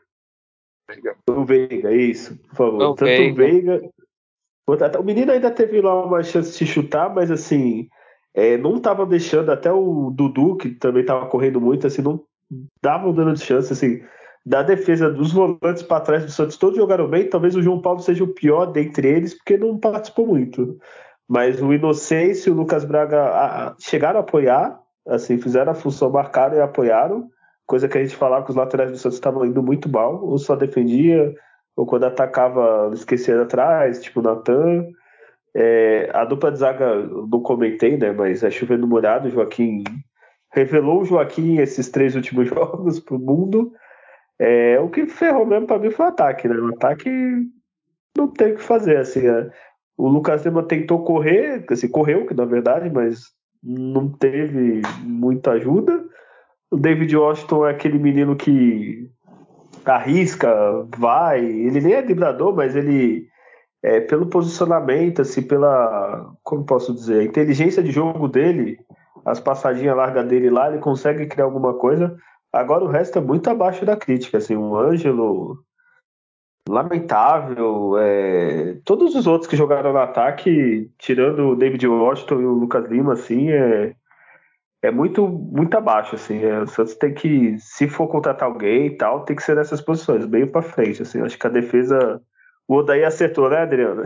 A: O Veiga, isso, por favor.
C: O
A: Tanto o
C: Veiga.
A: Veiga, o menino ainda teve lá uma chance de chutar, mas assim, é, não estava deixando, até o Dudu, que também estava correndo muito, assim, não davam dando de chance, assim, da defesa dos volantes para trás do Santos, todos jogaram bem. Talvez o João Paulo seja o pior dentre eles, porque não participou muito. Mas o Inocêncio e o Lucas Braga a, a, chegaram a apoiar, assim, fizeram a função, marcaram e apoiaram, coisa que a gente falava que os laterais do Santos estavam indo muito mal, ou só defendia, ou quando atacava, esquecia atrás, tipo o Natan. É, a dupla de zaga, eu não comentei, né? Mas é chovendo molhado, o Joaquim revelou o Joaquim esses três últimos jogos pro mundo. É, o que ferrou mesmo pra mim foi o ataque, né? O ataque não tem o que fazer, assim. É. O Lucas Lima tentou correr, assim, correu, que na verdade, mas não teve muita ajuda. O David Washington é aquele menino que arrisca, vai. Ele nem é driblador, mas ele, é, pelo posicionamento, assim, pela, como posso dizer, a inteligência de jogo dele, as passadinhas largas dele lá, ele consegue criar alguma coisa. Agora o resto é muito abaixo da crítica, assim, o Ângelo, lamentável, é, todos os outros que jogaram no ataque, tirando o David Washington e o Lucas Lima, assim, é, é muito, muito abaixo, assim, é, o Santos tem que, se for contratar alguém e tal, tem que ser nessas posições, meio pra frente, assim, acho que a defesa, o Odaí acertou, né, Adriano?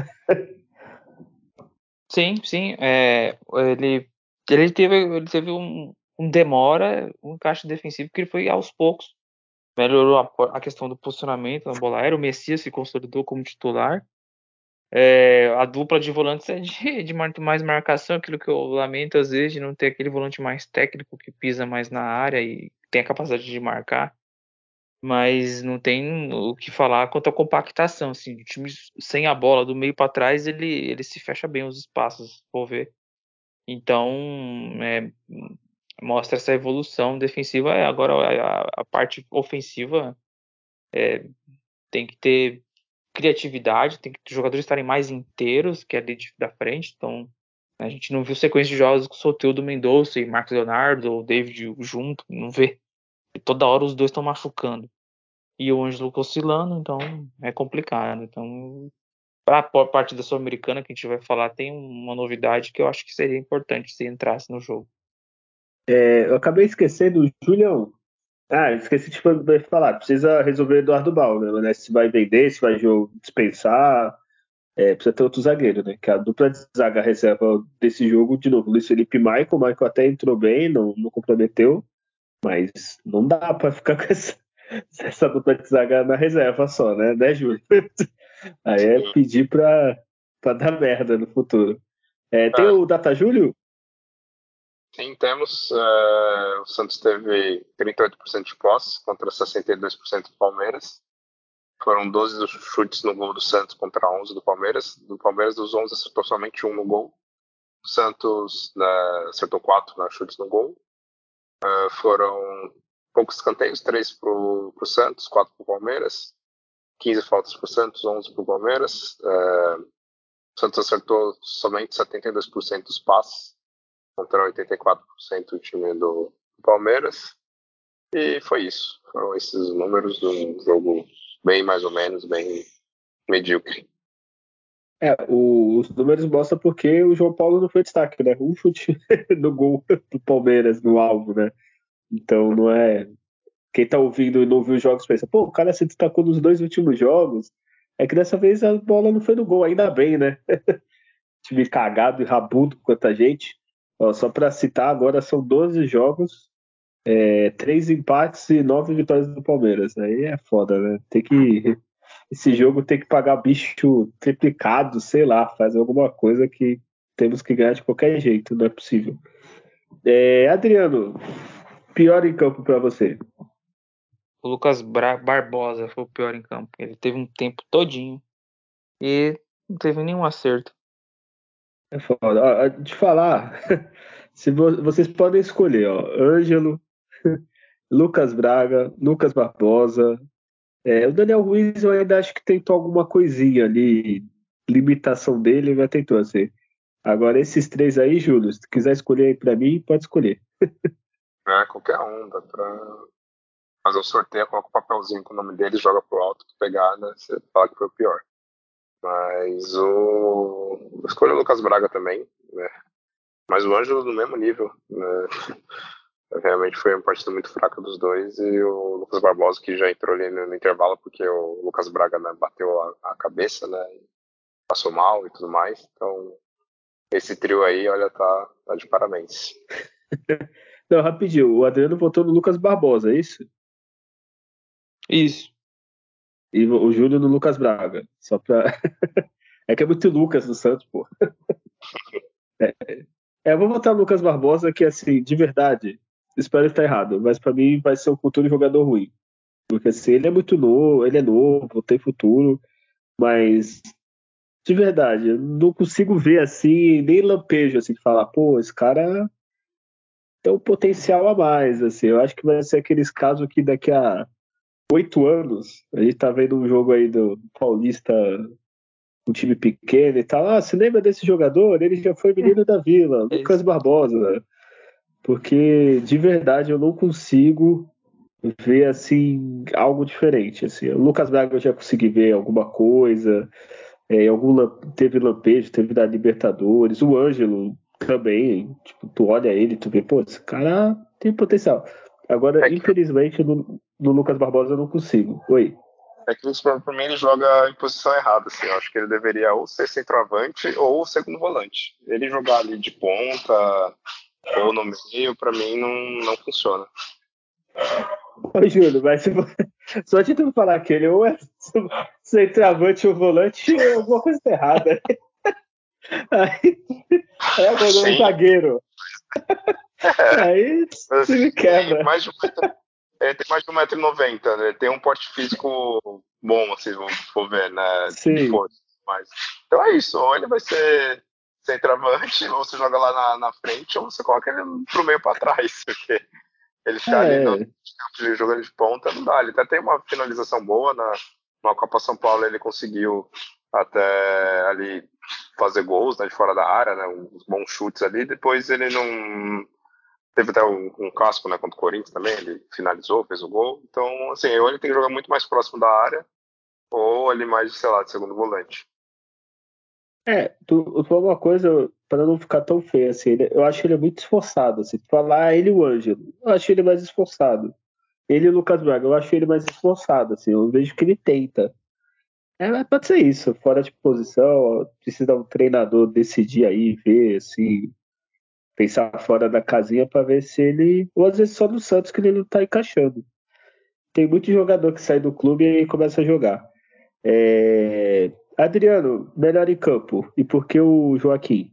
C: Sim, sim. É, ele, ele teve, ele teve um, um demora, um encaixe defensivo que ele foi aos poucos. Melhorou a, a questão do posicionamento na bola aérea. O Messias se consolidou como titular. É, a dupla de volantes é de, de mais marcação, aquilo que eu lamento às vezes, de não ter aquele volante mais técnico que pisa mais na área e tem a capacidade de marcar. Mas não tem o que falar quanto à compactação. Assim, o time sem a bola, do meio para trás, ele, ele se fecha bem os espaços, se for ver. Então, é, mostra essa evolução defensiva. É, agora, a, a parte ofensiva é, tem que ter criatividade, tem que os jogadores estarem mais inteiros, que é ali de- da frente. Então, a gente não viu sequência de jogos com o Soteldo Mendonça e Marcos Leonardo ou David junto, não vê. E toda hora os dois estão machucando. E o Ângelo oscilando, então é complicado. Então, para a parte da Sul-Americana que a gente vai falar, tem uma novidade que eu acho que seria importante se entrasse no jogo.
A: É, eu acabei esquecendo, Julião. Ah, esqueci de falar. Precisa resolver Eduardo Bauer, né? Se vai vender, se vai dispensar. É, precisa ter outro zagueiro, né? Que a dupla de zaga reserva desse jogo, de novo, Luiz Felipe e Michael. O Michael até entrou bem, não, não comprometeu. Mas não dá pra ficar com essa, essa dupla de zaga na reserva só, né? Né, Júlio? Aí é pedir pra, pra dar merda no futuro. É, tem
B: É,
A: o Data Júlio?
B: sim, temos. é, o Santos teve trinta e oito por cento de posse contra sessenta e dois por cento do Palmeiras. Foram doze dos chutes no gol do Santos contra onze do Palmeiras. Do Palmeiras, dos onze, acertou somente um no gol. O Santos né, acertou quatro né, chutes no gol. Uh, foram poucos escanteios, três para o Santos, quatro para o Palmeiras. quinze faltas para o Santos, onze para o Palmeiras. Uh, o Santos acertou somente setenta e dois por cento dos passes, contra oitenta e quatro por cento do time do Palmeiras. E foi isso. Foram esses números de um jogo bem mais ou menos, bem medíocre.
A: É, o- os números mostram porque o João Paulo não foi destaque, né? Um chute no gol do Palmeiras, no alvo, né? Então não é. Quem tá ouvindo e não viu os jogos pensa, pô, o cara se destacou nos dois últimos jogos. É que dessa vez a bola não foi no gol, ainda bem, né? time cagado e rabudo quanto a gente. Ó, só para citar, agora são doze jogos, é, três empates e nove vitórias do Palmeiras. Aí é foda, né? Tem que. Esse jogo tem que pagar bicho triplicado, sei lá, fazer alguma coisa que temos que ganhar de qualquer jeito, não é possível. É, Adriano, pior em campo para você?
C: O Lucas Bra- Barbosa foi o pior em campo. Ele teve um tempo todinho e não teve nenhum acerto.
A: É foda. Ó, de falar, se vo- vocês podem escolher, ó, Ângelo, Lucas Braga, Lucas Barbosa. É, o Daniel Ruiz eu ainda acho que tentou alguma coisinha ali, limitação dele, já tentou assim. Agora esses três aí, Júlio, se tu quiser escolher aí pra mim, pode escolher.
B: É, qualquer um, dá pra fazer um sorteio, coloca o papelzinho com o nome dele, joga pro alto, tu pegar, né? Você fala que foi o pior. Mas o. Eu escolhi o Lucas Braga também, né? Mas o Ângelo no mesmo nível, né? Realmente foi uma partida muito fraca dos dois e o Lucas Barbosa que já entrou ali no, no intervalo porque o Lucas Braga, né, bateu a, a cabeça, né? Passou mal e tudo mais. Então, esse trio aí, olha, tá, tá de parabéns.
A: Não, rapidinho, o Adriano votou no Lucas Barbosa, é isso?
C: Isso.
A: E o o Júlio no Lucas Braga. Só pra. É que é muito Lucas do Santos, pô. É, eu vou votar no Lucas Barbosa, que assim, de verdade, espero estar errado, mas pra mim vai ser um futuro jogador ruim. Porque assim, ele é muito novo, ele é novo, tem futuro, mas de verdade, eu não consigo ver assim, nem lampejo assim, de falar, pô, esse cara tem um potencial a mais, assim. Eu acho que vai ser aqueles casos que daqui a oito anos, a gente tá vendo um jogo aí do Paulista, um time pequeno e tal. Ah, você lembra desse jogador? Ele já foi menino da Vila,
C: É
A: Lucas
C: isso.
A: Barbosa. Porque de verdade eu não consigo ver assim algo diferente. Assim. O Lucas Braga eu já consegui ver alguma coisa, é, algum lam- teve lampejo, teve da Libertadores. O Ângelo também, tipo, tu olha ele, tu vê, pô, esse cara tem potencial. Agora,
B: É que,
A: infelizmente, no, no Lucas Barbosa eu não consigo. Oi.
B: é que pra, pra mim ele joga em posição errada, assim. Eu acho que ele deveria ou ser centroavante ou segundo volante. Ele jogar ali de ponta ou no meio, pra mim, não, não funciona.
A: Ô, Júlio, mas se você... só de tu falar que ele ou é centroavante ou volante, alguma coisa tá errada. Aí, é agora um
B: Sim,
A: zagueiro. Aí você me
B: tem
A: quebra.
B: mais de um metro, ele tem mais de um metro e noventa, né? Ele tem um porte físico bom, assim, vamos for ver, né? De
A: Sim.
B: força. Mas, então é isso, ou ele vai ser centroavante, ou você joga lá na, na frente, ou você coloca ele pro meio pra trás, porque ele ficar ali no
A: É,
B: de jogo de ponta não dá. Ele até tem uma finalização boa na, na Copa São Paulo, ele conseguiu até ali fazer gols, né, de fora da área, né, uns bons chutes ali. Depois ele não teve até um, um casco, né, contra o Corinthians também. Ele finalizou, fez o gol. Então, assim, ou ele tem que jogar muito mais próximo da área, ou ali mais, sei lá, de segundo volante.
A: é tu, tu falou uma coisa para não ficar tão feio assim. Ele- eu acho ele muito esforçado. Assim, tu falar ah, ele e o Ângelo, eu acho ele mais esforçado. Ele e o Lucas Braga, eu acho ele mais esforçado. Assim, eu vejo que ele tenta. É, mas pode ser isso, fora de posição, precisa um treinador decidir aí, ver, assim, pensar fora da casinha para ver se ele. Ou às vezes só no Santos que ele não tá encaixando. Tem muito jogador que sai do clube e começa a jogar. É, Adriano, melhor em campo. E por que o Joaquim?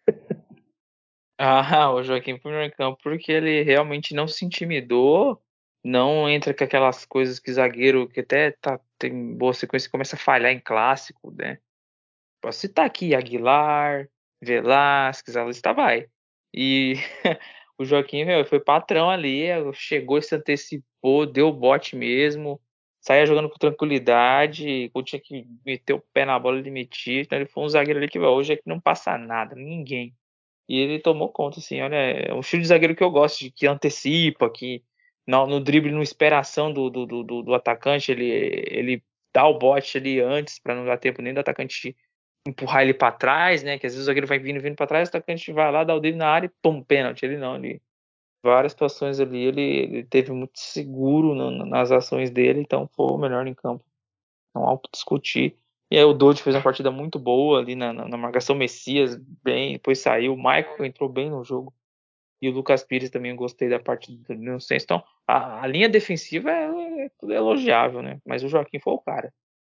C: Ah, o Joaquim foi melhor em campo porque ele realmente não se intimidou, não entra com aquelas coisas que zagueiro que até tá, tem boa sequência começa a falhar em clássico, né? Posso citar aqui Aguilar, Velasquez, a lista vai. E o Joaquim, meu, foi patrão ali, chegou, se antecipou, deu o bote mesmo, saía jogando com tranquilidade, quando tinha que meter o pé na bola, ele metia. Então ele foi um zagueiro ali que meu, hoje é que não passa nada, ninguém. E ele tomou conta, assim, olha, é um estilo de zagueiro que eu gosto, de que antecipa, que no, no drible, no esperação do, do, do, do atacante, ele, ele dá o bote ali antes, para não dar tempo nem do atacante empurrar ele para trás, né? Que às vezes o zagueiro vai vindo, vindo para trás, o atacante vai lá, dá o drible na área e pum, pênalti. Ele não, ele várias situações ali, ele, ele teve muito seguro no, nas ações dele, então foi o melhor em campo. Não há o que discutir. E aí o Dodge fez uma partida muito boa ali na, na, na marcação, Messias bem, depois saiu, o Michael entrou bem no jogo. E o Lucas Pires também eu gostei da partida do Nuno Santos. Então, a, a linha defensiva é, é tudo elogiável, né? Mas o Joaquim foi o cara.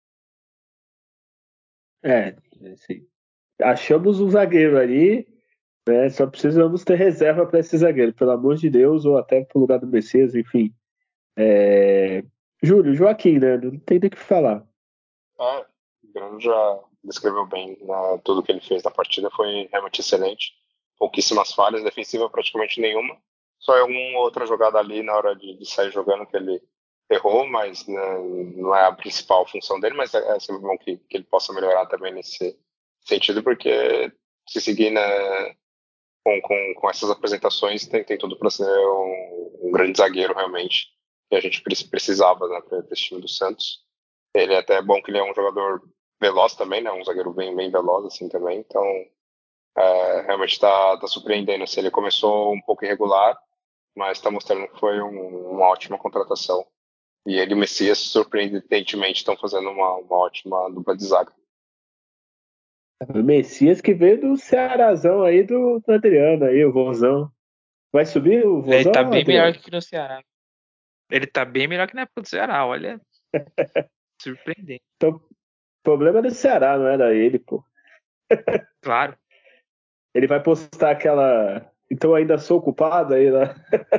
A: É, assim, achamos um zagueiro ali, né? Só precisamos ter reserva para esse zagueiro, pelo amor de Deus, ou até pro lugar do Messias, enfim. É... Júlio, Joaquim, né? Não tem nem o que falar.
B: É, o Grêmio já descreveu bem, né, tudo que ele fez na partida, foi realmente excelente. Pouquíssimas falhas, defensiva praticamente nenhuma. Só alguma outra jogada ali na hora de, de sair jogando que ele errou, mas né, não é a principal função dele, mas é, é sempre bom que, que ele possa melhorar também nesse sentido, porque se seguir né, com, com, com essas apresentações tem, tem tudo para ser um, um grande zagueiro realmente, que a gente pre- precisava né, para esse time do Santos. Ele é até bom que ele é um jogador veloz também, né? Um zagueiro bem, bem veloz assim também. Então, é, realmente está tá surpreendendo. Assim, ele começou um pouco irregular, mas está mostrando que foi um, uma ótima contratação. E ele e o Messias, surpreendentemente, estão fazendo uma, uma ótima dupla de zaga.
A: O Messias que veio do Cearazão aí do, do Adriano aí, o Vozão. Vai subir o
C: Ele tá
A: Vozão,
C: bem melhor
A: Adriano?
C: que no Ceará. Ele tá bem melhor que na época do Ceará, olha. Surpreendente.
A: Então, o problema é do Ceará, não era ele, pô.
C: Claro.
A: Ele vai postar aquela. Então ainda sou culpado aí, né?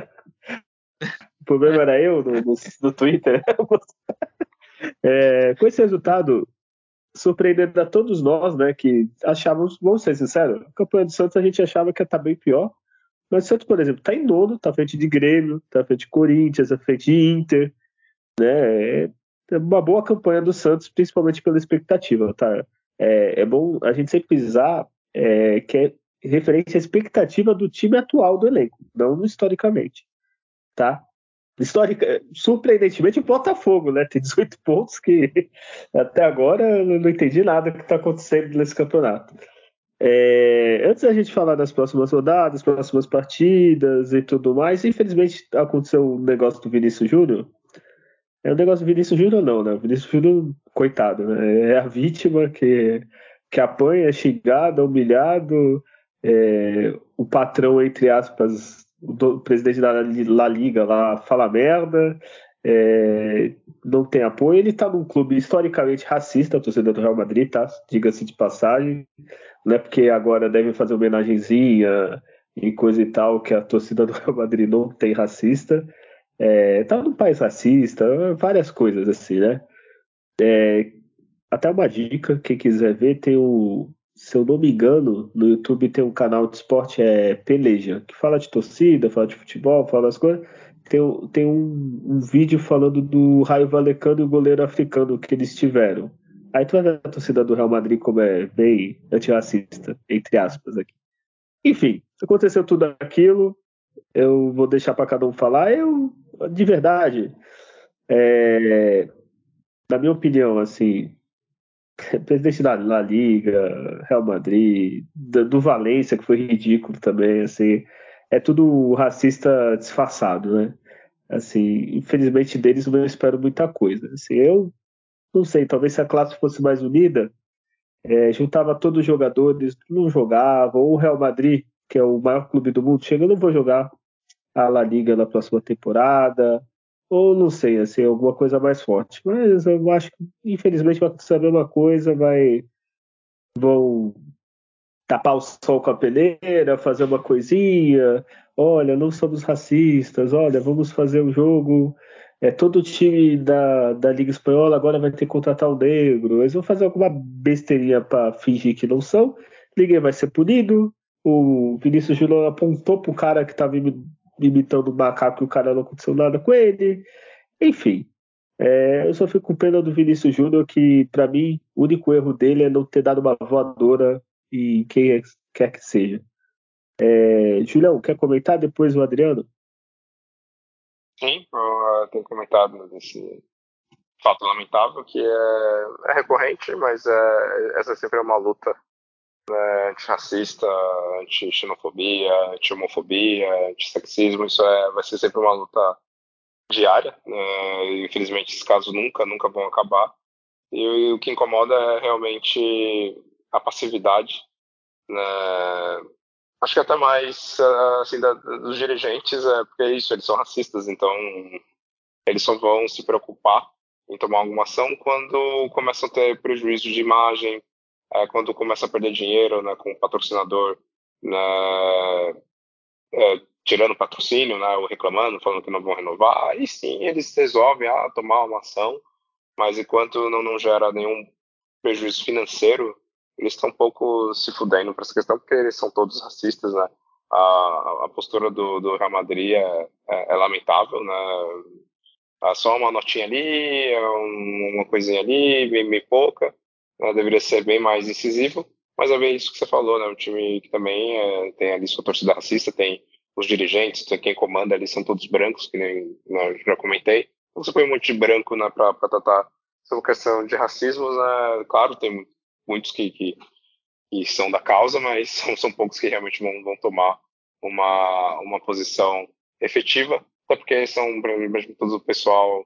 A: O problema era eu no, no, no Twitter. É, com esse resultado, surpreendendo a todos nós, né? Que achávamos, vamos ser sinceros, a campanha do Santos a gente achava que ia estar bem pior. Mas o Santos, por exemplo, tá em nono, tá à frente de Grêmio, tá à frente de Corinthians, à frente de Inter, né? É é uma boa campanha do Santos, principalmente pela expectativa, tá? É, é bom a gente sempre frisar é, que é referente à expectativa do time atual do elenco, não historicamente, tá? Histórica, surpreendentemente, o Botafogo, né? Tem dezoito pontos que até agora eu não entendi nada que está acontecendo nesse campeonato. É, antes da gente falar das próximas rodadas, próximas partidas e tudo mais, infelizmente aconteceu o um negócio do Vinícius Júnior. É o negócio do Vinícius Júnior, não, né? O Vinícius Júnior, coitado, né? É a vítima que, que apanha, é xingado, é humilhado. É, o patrão, entre aspas, o, do, o presidente da La Liga lá fala merda, é, não tem apoio. Ele tá num clube historicamente racista, a torcida do Real Madrid, tá? Diga-se de passagem. Não é porque agora devem fazer homenagenzinha e coisa e tal, que a torcida do Real Madrid não tem racista. É, tá num país racista, várias coisas assim, né? Até uma dica, quem quiser ver, tem o, se eu não me engano, no YouTube tem um canal de esporte, é Peleja, que fala de torcida, fala de futebol, fala das coisas. Tem, um- tem um, um vídeo falando do Raio Vallecano e o goleiro africano que eles tiveram. Aí tu vai ver a torcida do Real Madrid como é bem antirracista, entre aspas aqui. Enfim, aconteceu tudo aquilo, eu vou deixar para cada um falar. Eu, de verdade, é, na minha opinião, assim, presidente da La Liga, Real Madrid, do, do Valência, que foi ridículo também, assim, é tudo racista disfarçado, né? Assim, infelizmente deles eu não espero muita coisa. Assim, eu não sei, talvez se a classe fosse mais unida, é, juntava todos os jogadores, não jogava, ou o Real Madrid, que é o maior clube do mundo, chega, eu não vou jogar a La Liga na próxima temporada, ou não sei, assim, alguma coisa mais forte. Mas eu acho que, infelizmente, vai acontecer a mesma coisa, vai, vão tapar o sol com a peneira, fazer uma coisinha, olha, não somos racistas, olha, vamos fazer um jogo, é, todo time da, da Liga Espanhola agora vai ter que contratar um negro, eles vão fazer alguma besteirinha para fingir que não são, ninguém vai ser punido, o Vinícius Júnior apontou pro cara que estava imitando o macaco e o cara não aconteceu nada com ele, enfim. É, eu só fico com pena do Vinícius Júnior, que para mim o único erro dele é não ter dado uma voadora em quem é- quer que seja. É, Julião, quer comentar depois o Adriano?
B: Sim, eu tenho comentado desse fato lamentável que é, é recorrente, mas é, essa sempre é uma luta antirracista, anti-xenofobia, anti-homofobia, anti-sexismo, isso é, vai ser sempre uma luta diária. Né? Infelizmente, esses casos nunca, nunca vão acabar. E o que incomoda é realmente a passividade, né? Acho que até mais assim da, dos dirigentes, é porque é isso, eles são racistas, então eles só vão se preocupar em tomar alguma ação quando começam a ter prejuízo de imagem, é, quando começa a perder dinheiro, né, com o patrocinador, né, é, tirando patrocínio, né, ou reclamando, falando que não vão renovar. Aí sim eles resolvem ah, tomar uma ação, mas enquanto não, não gera nenhum prejuízo financeiro, eles estão um pouco se fudendo para essa questão, porque eles são todos racistas, né? A, a postura do, do Real Madrid é, é, é lamentável, né? Ah, só uma notinha ali, é um- uma coisinha ali, bem, bem pouca, né? Deveria ser bem mais incisivo, mas é bem isso que você falou, né? Um time que também é, tem ali sua torcida racista, tem os dirigentes, tem quem comanda ali, são todos brancos, que nem né, eu já comentei. Então, você põe um monte de branco, né, para tratar sobre questão de racismo, né? Claro, tem mu- muitos que, que, que são da causa, mas são, são poucos que realmente vão, vão tomar uma, uma posição efetiva, até porque são, mesmo todo o pessoal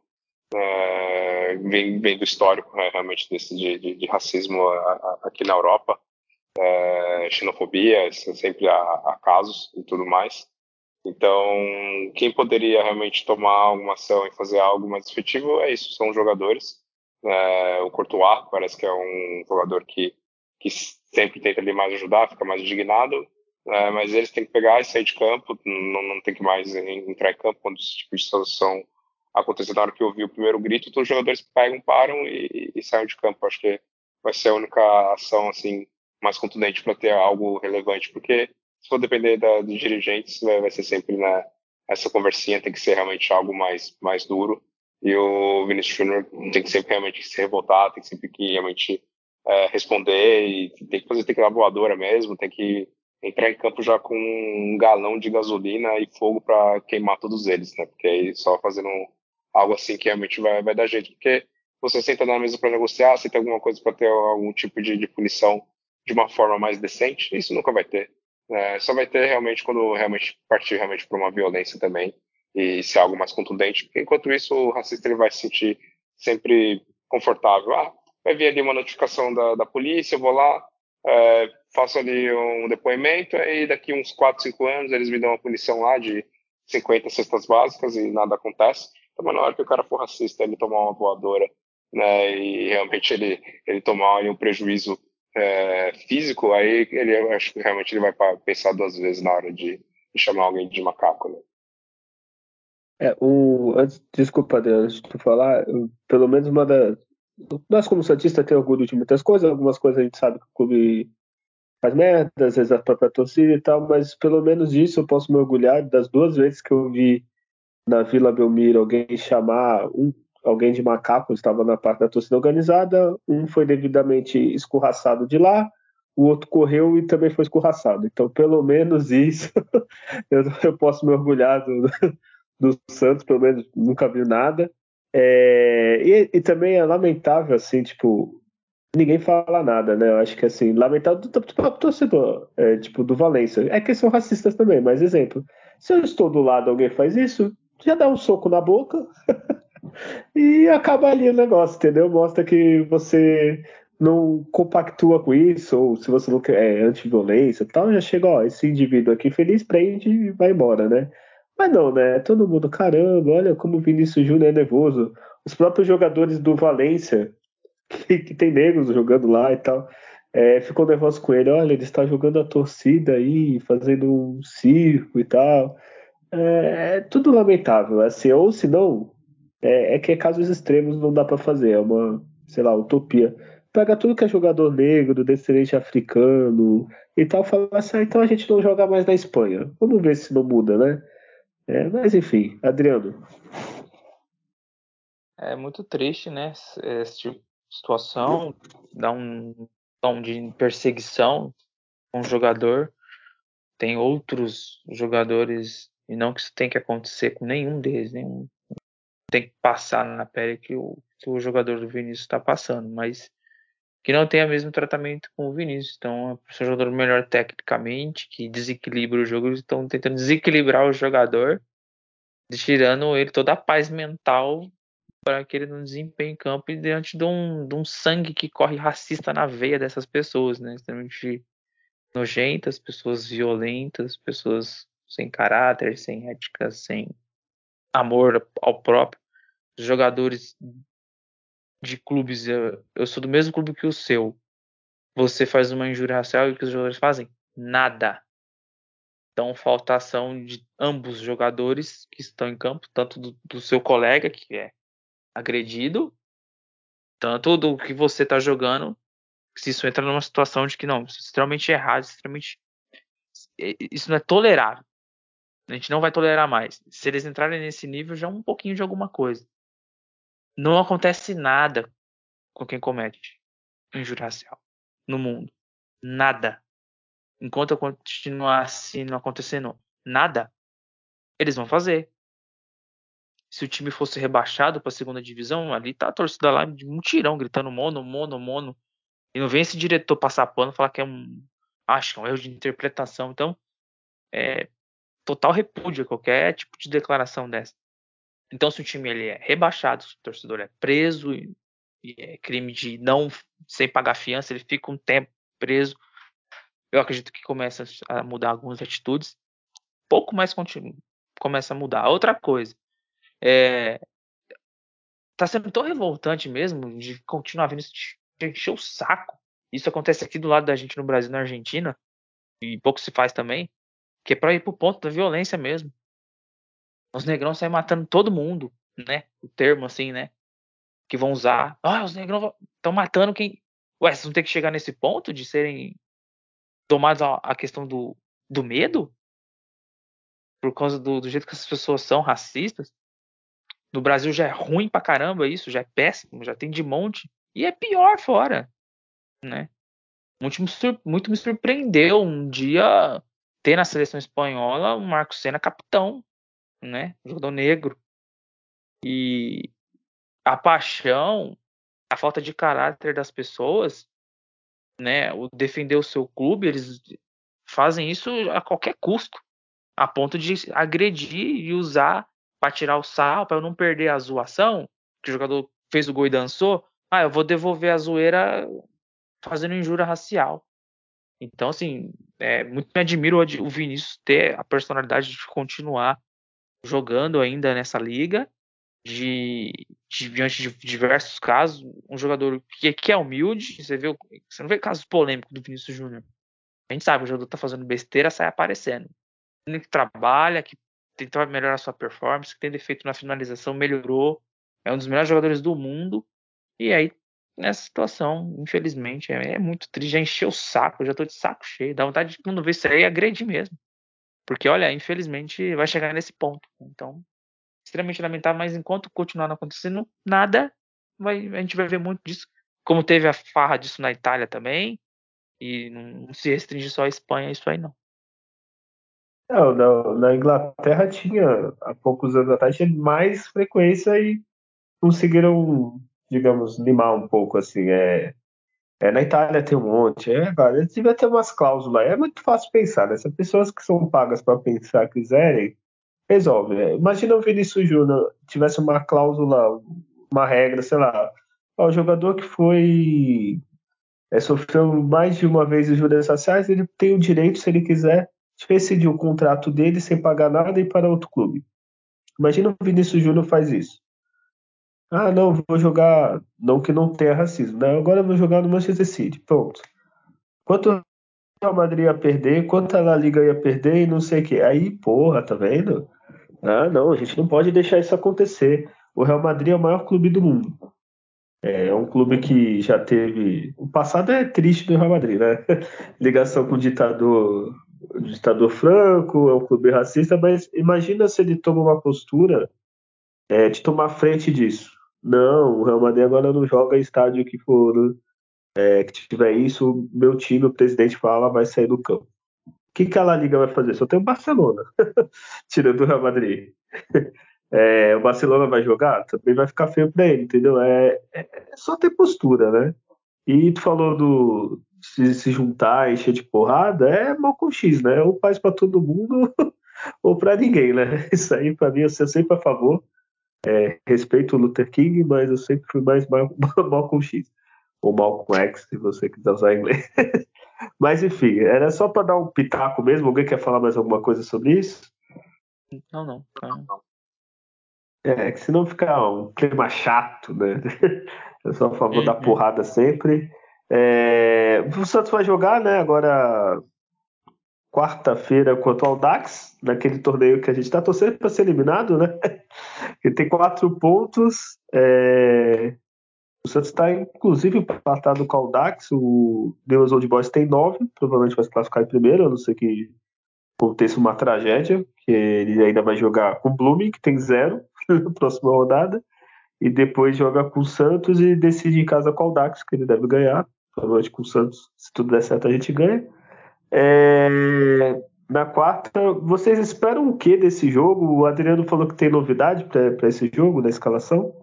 B: é, vem, vem do histórico né, realmente desse, de, de, de racismo a, a, aqui na Europa, é, xenofobia, sempre há, há casos e tudo mais. Então, quem poderia realmente tomar alguma ação e fazer algo mais efetivo é isso, são os jogadores. É, o Courtois parece que é um jogador que, que sempre tenta ali mais ajudar, fica mais indignado, é, mas eles têm que pegar e sair de campo, não, não tem que mais entrar em campo quando esse tipo de situação acontecer. Na hora que eu vi o primeiro grito, todos os jogadores pegam, param e, e saem de campo. Acho que vai ser a única ação assim mais contundente para ter algo relevante, porque se for depender da, dos dirigentes, vai, vai ser sempre né, essa conversinha, tem que ser realmente algo mais, mais duro. E o Vinícius Júnior tem que sempre realmente se revoltar, tem que sempre que realmente é, responder e tem que fazer tecla voadora mesmo, tem que entrar em campo já com um galão de gasolina e fogo para queimar todos eles, né? Porque aí só fazendo algo assim que realmente vai, vai dar jeito. Porque você senta na mesa para negociar, você tem alguma coisa para ter algum tipo de, de punição de uma forma mais decente, isso nunca vai ter. É, só vai ter realmente quando realmente partir realmente por uma violência também e ser algo mais contundente. Porque enquanto isso, o racista ele vai se sentir sempre confortável. Ah, vai vir ali uma notificação da, da polícia, eu vou lá, é, faço ali um depoimento, e daqui uns quatro, cinco anos eles me dão uma punição lá de cinquenta cestas básicas e nada acontece. Então, mas na hora que o cara for racista, ele tomar uma voadora, né, e realmente ele, ele tomar ali um prejuízo é, físico, aí ele, eu acho que realmente ele vai pa- pensar duas vezes na hora de, de chamar alguém de macaco, né?
A: É, o, antes, desculpa, Adriano, antes de tu falar, eu- pelo menos uma das. Nós, como Santista, tem orgulho de muitas coisas, algumas coisas a gente sabe que o clube faz merda, às vezes a própria torcida e tal, mas pelo menos disso eu posso me orgulhar das duas vezes que eu vi na Vila Belmiro alguém chamar um, alguém de macaco, estava na parte da torcida organizada, um foi devidamente escorraçado de lá, o outro correu e também foi escorraçado. Então, pelo menos isso eu, eu posso me orgulhar do, do Santos, pelo menos nunca vi nada. É, e, e também é lamentável, assim, tipo, ninguém fala nada, né? Eu acho que, assim, lamentável do, do, do próprio torcedor, é, tipo, do Valência. É que eles são racistas também, mas, exemplo, se eu estou do lado alguém faz isso, já dá um soco na boca e acaba ali o negócio, entendeu? Mostra que você não compactua com isso, ou se você não quer é, anti-violência e tal, já chega, ó, esse indivíduo aqui feliz, prende e vai embora, né? Mas não, né? Todo mundo, caramba, olha como o Vinícius Júnior é nervoso. Os próprios jogadores do Valência, que, que tem negros jogando lá e tal, é, ficou nervoso com ele. Olha, ele está jogando a torcida aí, fazendo um circo e tal. É, é tudo lamentável, assim, ou se não, é, é que é casos extremos não dá pra fazer, é uma, sei lá, utopia. Pega tudo que é jogador negro, descendente africano e tal, fala assim, ah, então a gente não joga mais na Espanha. Vamos ver se não muda, né? É, mas enfim, Adriano.
C: É muito triste, né? Essa tipo de situação, dá um tom de perseguição com o jogador. Tem outros jogadores, e não que isso tem que acontecer com nenhum deles, nenhum tem que passar na pele que o, que o jogador do Vinícius está passando, mas que não tenha o mesmo tratamento com o Vinícius. Então, é um jogador melhor tecnicamente, que desequilibra o jogo, eles estão tentando desequilibrar o jogador, tirando ele toda a paz mental para que ele não desempenhe em campo e diante de um, de um sangue que corre racista na veia dessas pessoas, né? Extremamente nojentas, pessoas violentas, pessoas sem caráter, sem ética, sem amor ao próprio. Os jogadores de clubes, eu, eu sou do mesmo clube que o seu. Você faz uma injúria racial e o que os jogadores fazem? Nada. Então, falta ação de ambos os jogadores que estão em campo, tanto do, do seu colega, que é agredido, tanto do que você está jogando, se isso entra numa situação de que não, isso é extremamente errado, extremamente. Isso não é tolerável. A gente não vai tolerar mais. Se eles entrarem nesse nível, já é um pouquinho de alguma coisa. Não acontece nada com quem comete injúria racial no mundo. Nada. Enquanto eu continuar assim, não acontecendo nada, eles vão fazer. Se o time fosse rebaixado para a segunda divisão, ali tá a torcida lá de mutirão, gritando mono, mono, mono. E não vem esse diretor passar pano e falar que é um. Acho que é um erro de interpretação. Então, é total repúdio a qualquer tipo de declaração dessa. Então, se o time ele é rebaixado, se o torcedor é preso e, e é crime de não sem pagar fiança, ele fica um tempo preso. Eu acredito que começa a mudar algumas atitudes. Pouco mais continua, começa a mudar. Outra coisa, é, tá sendo tão revoltante mesmo de continuar vendo isso, de encher o saco. Isso acontece aqui do lado da gente no Brasil, na Argentina, e pouco se faz também, que é pra ir pro ponto da violência mesmo. Os negrão saem matando todo mundo, né? O termo assim, né? Que vão usar. Ah, os negrão estão matando quem. Ué, vocês vão ter que chegar nesse ponto de serem tomados a, a questão do, do medo? Por causa do, do jeito que as pessoas são racistas? No Brasil já é ruim pra caramba isso, já é péssimo, já tem de monte. E é pior fora, né? Muito me, sur- muito me surpreendeu um dia ter na seleção espanhola o Marcos Senna capitão, né? Jogador negro. E a paixão, a falta de caráter das pessoas, né? O defender o seu clube, eles fazem isso a qualquer custo, a ponto de agredir e usar para tirar o sarro, para eu não perder a zoação, que o jogador fez o gol e dançou. Ah, eu vou devolver a zoeira fazendo injúria racial. Então, assim, é, muito me admiro o Vinícius ter a personalidade de continuar jogando ainda nessa liga, de, de diante de diversos casos, um jogador que, que é humilde, você vê, você não vê casos polêmicos do Vinícius Júnior. A gente sabe que o jogador tá fazendo besteira, sai aparecendo. Ele que trabalha, que tenta melhorar a sua performance, que tem defeito na finalização, melhorou, é um dos melhores jogadores do mundo, e aí nessa situação, infelizmente, é, é muito triste, já encheu o saco, eu já tô de saco cheio, dá vontade de quando vê isso aí agredir mesmo. Porque, olha, infelizmente vai chegar nesse ponto. Então, extremamente lamentável, mas enquanto continuar não acontecendo nada, vai, a gente vai ver muito disso. Como teve a farra disso na Itália também, e não, não se restringe só à Espanha, isso aí não.
A: Não, na, na Inglaterra tinha, há poucos anos atrás, tinha mais frequência e conseguiram, digamos, limar um pouco, assim. É, é, na Itália tem um monte, é, cara, eles deviam ter umas cláusulas. É muito fácil pensar, né? Se as pessoas que são pagas para pensar quiserem, resolve, né? Imagina o Vinícius Júnior tivesse uma cláusula, uma regra, sei lá, ó, o jogador que foi é, sofreu mais de uma vez injúrias raciais, ele tem o direito, se ele quiser, de rescindir o contrato dele sem pagar nada e ir para outro clube. Imagina o Vinícius Júnior faz isso. Ah, não, vou jogar. Não que não tenha racismo, né? Agora eu vou jogar no Manchester City. Pronto. Quanto o Real Madrid ia perder, quanto a La Liga ia perder e não sei o quê. Aí, porra, tá vendo? Ah, não, a gente não pode deixar isso acontecer. O Real Madrid é o maior clube do mundo. É um clube que já teve. O passado é triste do Real Madrid, né? Ligação com o ditador, o ditador Franco, é um clube racista, mas imagina se ele toma uma postura é, de tomar frente disso. Não, o Real Madrid agora não joga em estádio que for, é, que tiver isso, meu time, o presidente fala, vai sair do campo. O que, que a La Liga vai fazer? Só tem o Barcelona, tirando o Real Madrid. É, o Barcelona vai jogar? Também vai ficar feio para ele, entendeu? É, é, é só ter postura, né? E tu falou do se, se juntar, encher de porrada, é mal com X, né? Ou faz para todo mundo ou para ninguém, né? Isso aí, para mim, eu sou sempre a favor. É, respeito o Luther King, mas eu sempre fui mais Mal- Malcolm X. Ou Malcolm X, se você quiser usar inglês. Mas enfim, era só para dar um pitaco mesmo. Alguém quer falar mais alguma coisa sobre isso?
C: Não, não. Tá.
A: É, que senão fica um clima chato, né? Eu sou a favor da
C: Uhum.
A: porrada sempre. É, o Santos vai jogar, né? Agora, quarta-feira, contra o Audax, naquele torneio que a gente está torcendo para ser eliminado, né? Ele tem quatro pontos. É, o Santos está, inclusive, empatado com o Audax. O Deus Old Boys tem nove, provavelmente vai se classificar em primeiro, a não ser que aconteça uma tragédia, que ele ainda vai jogar com o Blooming, que tem zero na próxima rodada. E depois joga com o Santos e decide em casa com o Audax, que ele deve ganhar. Provavelmente com o Santos, se tudo der certo, a gente ganha. É, Na quarta, vocês esperam o que desse jogo? O Adriano falou que tem novidade para esse jogo, da escalação.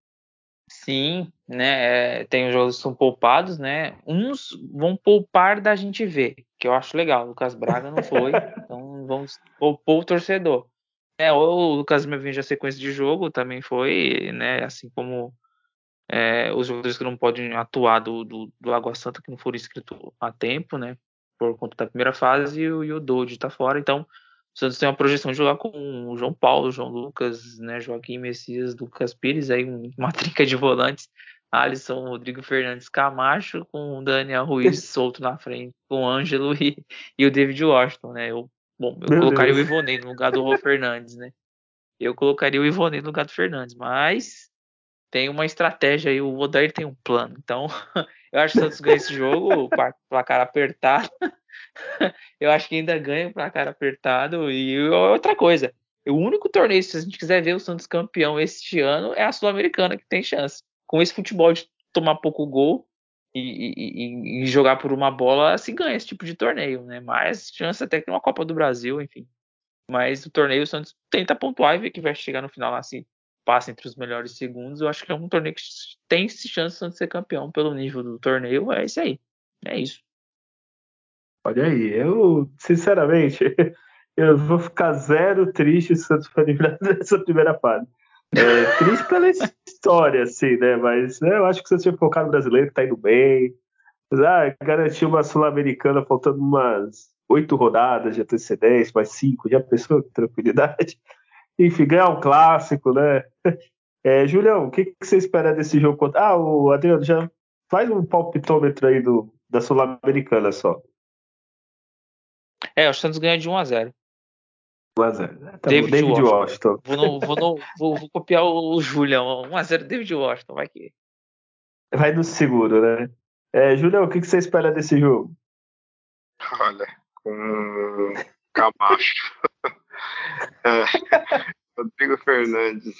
C: Sim, né? é, tem os jogos que são poupados, né? Uns vão poupar da gente ver, que eu acho legal. O Lucas Braga não foi, então vamos poupar o torcedor. É, o Lucas Lima vem já sequência de jogo, também foi, né? Assim como é, os jogadores que não podem atuar do, do, do Água Santa, que não foram inscritos a tempo, né? Por conta da primeira fase, e o, e o Dodge tá fora. Então, o Santos tem uma projeção de jogar com o João Paulo, o João Lucas, né? Joaquim Messias, Lucas Pires, aí um- uma trinca de volantes. Alisson, Rodrigo Fernandes Camacho, com o Daniel Ruiz solto na frente, com o Ângelo e, e o David Washington, né? Eu, bom, eu
A: Meu
C: colocaria o
A: Deus.
C: Ivonei no lugar do Rô Fernandes, né? Eu colocaria o Ivonei no lugar do Fernandes, mas tem uma estratégia aí, o Odair tem um plano. Então, eu acho que o Santos ganha esse jogo, placar apertado. Eu acho que ainda ganha o placar apertado. E outra coisa, o único torneio, se a gente quiser ver o Santos campeão este ano, é a Sul-Americana que tem chance. Com esse futebol de tomar pouco gol e, e, e, e jogar por uma bola, se ganha esse tipo de torneio, né? Mais chance até que uma Copa do Brasil, enfim. Mas o torneio o Santos tenta pontuar e ver que vai chegar no final assim, passa entre os melhores segundos. Eu acho que é um torneio que tem chance de Santos ser campeão pelo nível do torneio. É isso aí. É isso.
A: Olha aí, eu, sinceramente, eu vou ficar zero triste se o Santos for eliminado nessa primeira fase. É, triste pela história, assim, né? Mas né, eu acho que o Santos tinha que focar no brasileiro, que tá indo bem. Mas, ah, garantiu uma Sul-Americana faltando umas oito rodadas de antecedência, mais cinco, já pensou que tranquilidade? Enfim, ganhar um clássico, né? É, Julião, o que, que você espera desse jogo contra. Ah, o Adriano, já faz um palpitômetro aí do, da Sul-Americana só.
C: É, o Santos ganha de um a zero.
A: um a zero. Tá bom,
C: David
A: David
C: Washington.
A: Washington.
C: Vou, no, vou, no, vou, vou copiar o Julião. um a zero David Washington, vai que.
A: Vai no seguro, né? É, Julião, o que, que você espera desse jogo?
B: Olha, com Camacho, é, Rodrigo Fernandes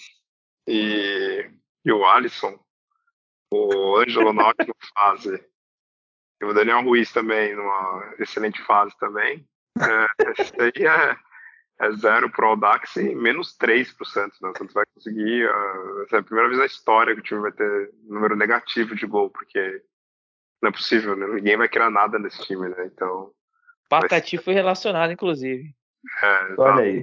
B: e, e o Alisson, o Ângelo na ótima fase, e o Daniel Ruiz também numa excelente fase também. É, esse aí é, é zero pro Audax e menos três pro Santos, né? O Santos vai conseguir. Uh, essa é a primeira vez na história que o time vai ter número negativo de gol, porque não é possível, né? Ninguém vai criar nada nesse time, né? Então, vai ser.
C: Patati foi relacionado, inclusive.
B: É,
A: Olha
B: exato.
A: aí.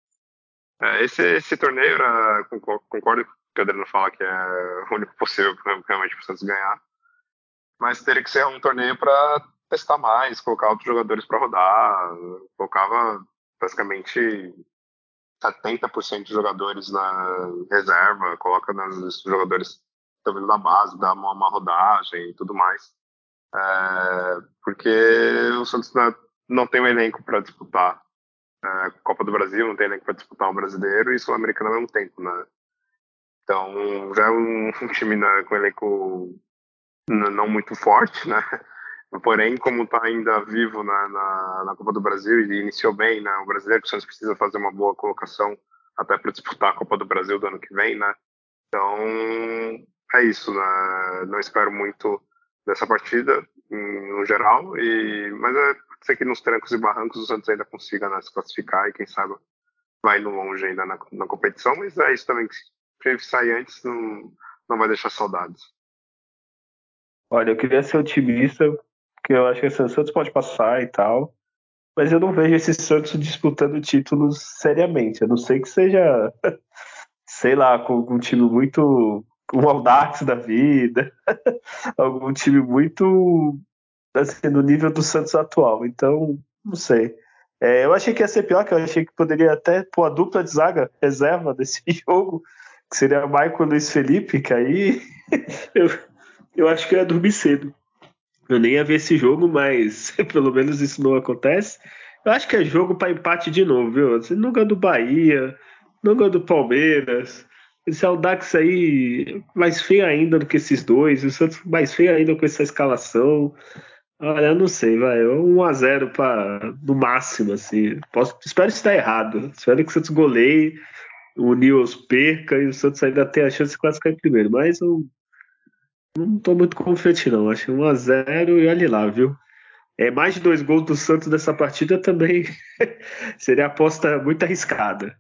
B: É, esse, esse torneio, era, concordo, concordo com o que o Adriano fala que é o único possível realmente para o Santos ganhar, mas teria que ser um torneio para testar mais, colocar outros jogadores para rodar. Colocava basicamente setenta por cento de jogadores na reserva, coloca nos jogadores que estão vindo da base, dá uma, uma rodagem e tudo mais. É, porque o Santos não, não tem um elenco para disputar a Copa do Brasil, não tem elenco para disputar o brasileiro e Sul-Americano ao mesmo tempo, né? Então já é um, um time, né, com um elenco n- não muito forte, né? Porém, como está ainda vivo na, na, na Copa do Brasil e iniciou bem, né? O brasileiro, que o Santos precisa fazer uma boa colocação até para disputar a Copa do Brasil do ano que vem, né? Então, é isso, né? Não espero muito dessa partida, em- no geral, e, mas é, pode ser que nos trancos e barrancos o Santos ainda consiga, né, se classificar e quem sabe vai no longe ainda na, na competição, mas é isso também, que se ele sair antes não, não vai deixar saudades.
A: Olha, eu queria ser otimista, porque eu acho que assim, o Santos pode passar e tal, mas eu não vejo esse Santos disputando títulos seriamente, a não ser que seja sei lá, com algum time muito, com o Audax da vida, algum time muito, assim, no nível do Santos atual. Então, não sei. É, eu achei que ia ser pior, que eu achei que poderia até pôr a dupla de zaga reserva desse jogo, que seria Maicon e Luiz Felipe, que aí eu, eu acho que eu ia dormir cedo. Eu nem ia ver esse jogo, mas pelo menos isso não acontece. Eu acho que é jogo para empate de novo, viu? Você não ganha do Bahia, não ganha do Palmeiras. Esse Audax aí mais feio ainda do que esses dois. O Santos mais feio ainda com essa escalação. Olha, eu não sei, vai. um a zero para no máximo, assim. Posso, espero estar errado. Espero que o Santos goleie, o Nils perca e o Santos ainda tenha a chance de classificar em primeiro. Mas eu não tô muito confiante, não. Acho que um a zero e olha lá, viu? É, mais de dois gols do Santos nessa partida também seria aposta muito arriscada.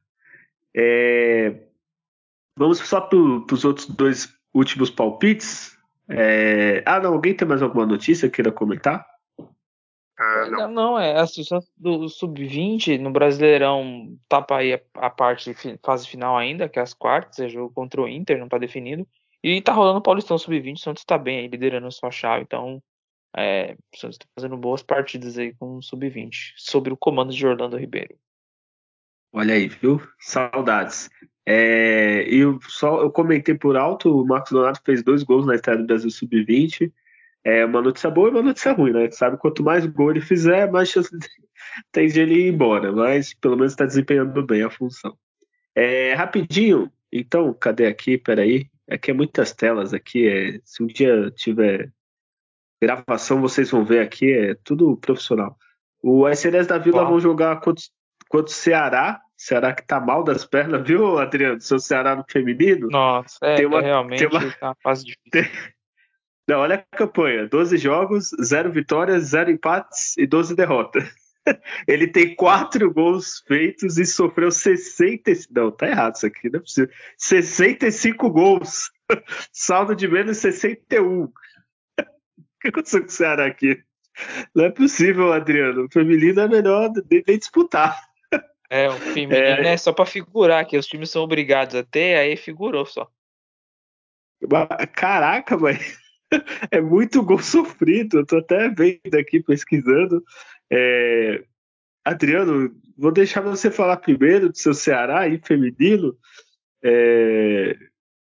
A: É, vamos só para os outros dois últimos palpites. É, ah, não, alguém tem mais alguma notícia que queira comentar?
B: Ah, não.
C: Não, não, é a situação do sub vinte no Brasileirão tá para aí a, a parte de fi- fase final ainda, que é as quartas, é jogo contra o Inter, não tá definido. E tá rolando o Paulistão sub vinte, o Santos tá bem aí, liderando a sua chave, então é, o Santos tá fazendo boas partidas aí com o sub vinte, sobre o comando de Orlando Ribeiro.
A: Olha aí, viu? Saudades. É, e eu, só, eu comentei por alto, o Marcos Leonardo fez dois gols na estreia do Brasil sub vinte. É uma notícia boa e uma notícia ruim, né? Sabe, quanto mais gol ele fizer, mais chance tem de ele ir embora. Mas pelo menos está desempenhando bem a função. É, rapidinho, então, cadê aqui? Peraí. Aqui é muitas telas aqui. É, se um dia tiver gravação, vocês vão ver aqui, é tudo profissional. O S N S da Vila
C: Bom,
A: vão jogar contra, contra o Ceará. Ceará que tá mal das pernas, viu, Adriano? Seu Ceará no feminino.
C: nossa, é,
A: Tem
C: é
A: uma, tem uma,
C: realmente tá uma fase difícil.
A: não, olha a campanha: doze jogos, zero vitórias, zero empates e doze derrotas. Ele tem quatro gols feitos e sofreu sessenta. Não, tá errado isso aqui, não é possível. sessenta e cinco gols. Saldo de menos sessenta e um. O que aconteceu com o Ceará aqui? Não é possível, Adriano. O feminino é melhor nem, nem disputar.
C: É, o feminino é
A: É,
C: só pra figurar, que os times são obrigados a ter, aí figurou só.
A: caraca, mas é muito gol sofrido. Eu tô até vendo aqui, pesquisando. É, Adriano, vou deixar você falar primeiro do seu Ceará aí, feminino. É,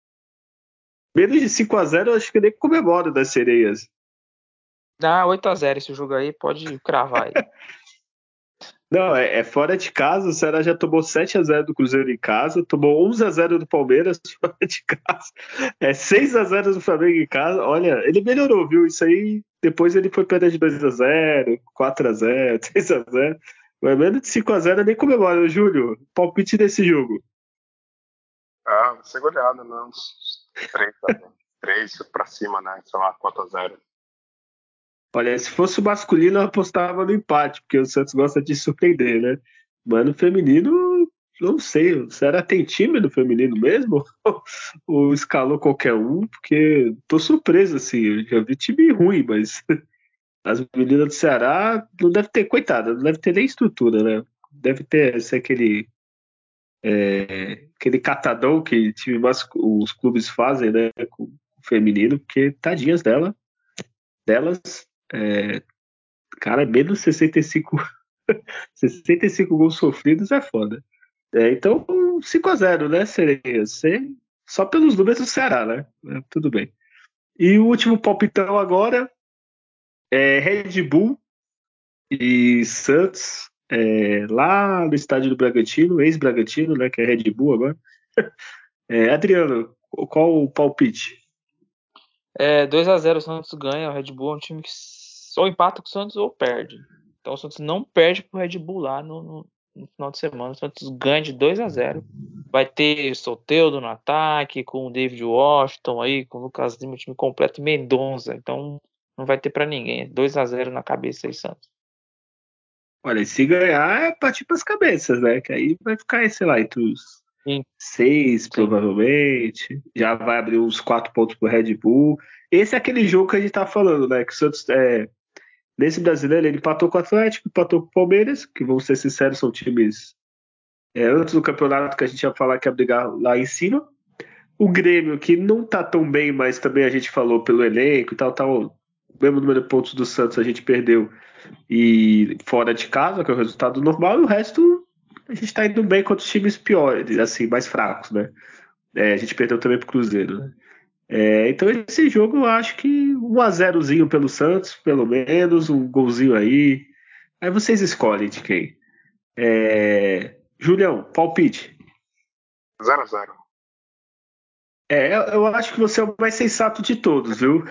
A: menos de cinco a zero, eu acho que nem comemoro das sereias.
C: Dá oito a zero esse jogo aí, pode cravar aí.
A: Não, é, é fora de casa. O Ceará já tomou sete a zero do Cruzeiro em casa, tomou onze a zero do Palmeiras fora de casa, é seis a zero do Flamengo em casa. Olha, ele melhorou, viu? Isso aí, depois ele foi perder de dois a zero, quatro a zero, três a zero. Mas menos de cinco a zero eu nem comemoro, Júlio. Palpite desse jogo.
B: Ah, vai ser goleada, né? Uns três, três pra cima, né? Sei lá, quatro a zero.
A: Olha, se fosse o masculino, eu apostava no empate, porque o Santos gosta de surpreender, né? Mas no feminino, não sei. O Ceará tem time no feminino mesmo? Ou escalou qualquer um? Porque tô surpreso, assim. Eu já vi time ruim, mas as meninas do Ceará não deve ter, coitada, não deve ter nem estrutura, né? Deve ter ser aquele, é, aquele catadão que time mas, os clubes fazem, né? Com o feminino, porque tadinhas dela, delas. É, cara, menos sessenta e cinco, sessenta e cinco gols sofridos é foda. É, então, cinco a zero, né, Sereia? Você- Só pelos números do Ceará, né? É, tudo bem. E o último palpitão agora é Red Bull e Santos, é, lá no estádio do Bragantino, ex-Bragantino, né, que é Red Bull agora. É, Adriano, qual o palpite?
C: É, dois a zero o Santos ganha, o Red Bull é um time que ou empata com o Santos ou perde. Então o Santos não perde pro Red Bull lá no, no, no final de semana. O Santos ganha de dois a zero. Vai ter Soteldo no ataque, com o David Washington aí, com o Lucas Lima, time completo, e Mendonça. Então não vai ter pra ninguém. dois a zero na cabeça aí, Santos.
A: Olha, se ganhar é partir para as cabeças, né? Que aí vai ficar, sei lá, entre os
C: Sim,
A: seis,
C: sim.
A: provavelmente. Já vai abrir uns quatro pontos pro Red Bull. Esse é aquele jogo que a gente tá falando, né? Que o Santos, é, nesse brasileiro, ele empatou com o Atlético, empatou com o Palmeiras, que vamos ser sinceros, são times, é, antes do campeonato que a gente ia falar que ia brigar lá em cima. O Grêmio, que não tá tão bem, mas também a gente falou pelo elenco e tal, tal. O mesmo número de pontos do Santos a gente perdeu. E fora de casa, que é o resultado normal, e o resto a gente tá indo bem contra os times piores, assim, mais fracos, né? É, a gente perdeu também pro Cruzeiro, né? É, então esse jogo eu acho que um a zerozinho pelo Santos, pelo menos, um golzinho aí. Aí vocês escolhem de quem. É, Julião, palpite.
B: zero a zero.
A: É, eu acho que você é o mais sensato de todos, viu?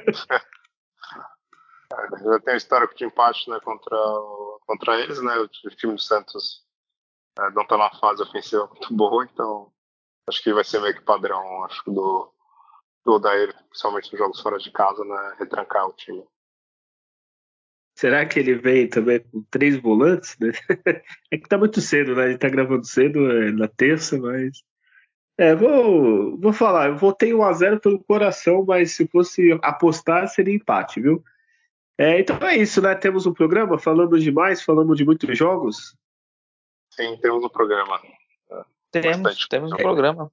B: Eu tenho histórico de empate, né, contra, o- contra eles, né? O, o time do Santos é, não está numa fase ofensiva muito boa, então acho que vai ser meio que padrão, acho que do, do Odair, principalmente nos jogos fora de casa, né? Retrancar o time.
A: Será que ele vem também com três volantes, né? É que tá muito cedo, né? A gente tá gravando cedo, é, na terça, mas. É, vou, vou falar, eu votei um a zero pelo coração, mas se fosse apostar, seria empate, viu? É, então é isso, né? Temos um programa, falamos demais, falamos de muitos jogos.
B: Sim, temos um programa. É,
C: Temos,
B: bastante.
C: temos um programa.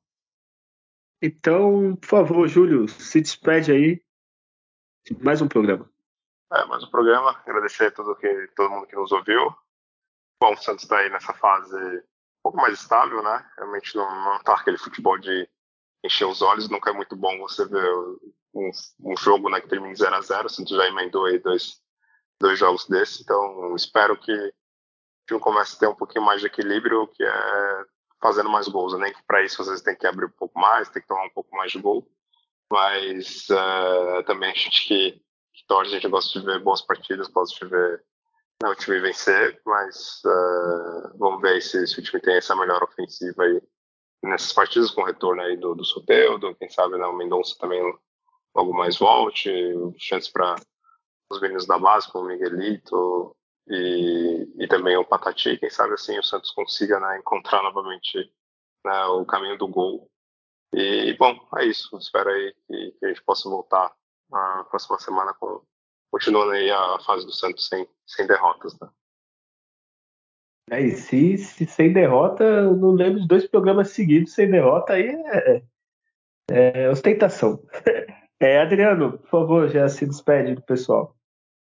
A: Então, por favor, Júlio, se despede aí de mais um programa.
B: É, mais um programa. Agradecer a todo, que, todo mundo que nos ouviu. Bom, o Santos está aí nessa fase um pouco mais estável, né? Realmente não, não tá aquele futebol de encher os olhos. Nunca é muito bom você ver um, um jogo, né, que termina em zero a zero. O Santos já emendou aí dois, dois jogos desses. Então, espero que o time comece a ter um pouquinho mais de equilíbrio, que é fazendo mais gols. Nem que para isso às vezes tem que abrir um pouco mais, tem que tomar um pouco mais de gol. Mas uh, também a gente que, que torce, a gente gosta de ver boas partidas, gosta de ver, né, o time vencer, mas uh, vamos ver se, se o time tem essa melhor ofensiva aí nessas partidas, com o retorno aí do, do Soteldo, quem sabe, né, o Mendonça também logo mais volte, chances para os meninos da base, como o Miguelito e, e também o Patati, quem sabe assim o Santos consiga, né, encontrar novamente, né, o caminho do gol. E, bom, é isso. Espero aí que, que a gente possa voltar na próxima semana com, continuando aí a fase do Santos sem, sem derrotas, né?
A: É, e se, se sem derrota, eu não lembro de dois programas seguidos sem derrota, aí é, é ostentação. É, Adriano, por favor, já se despede do pessoal.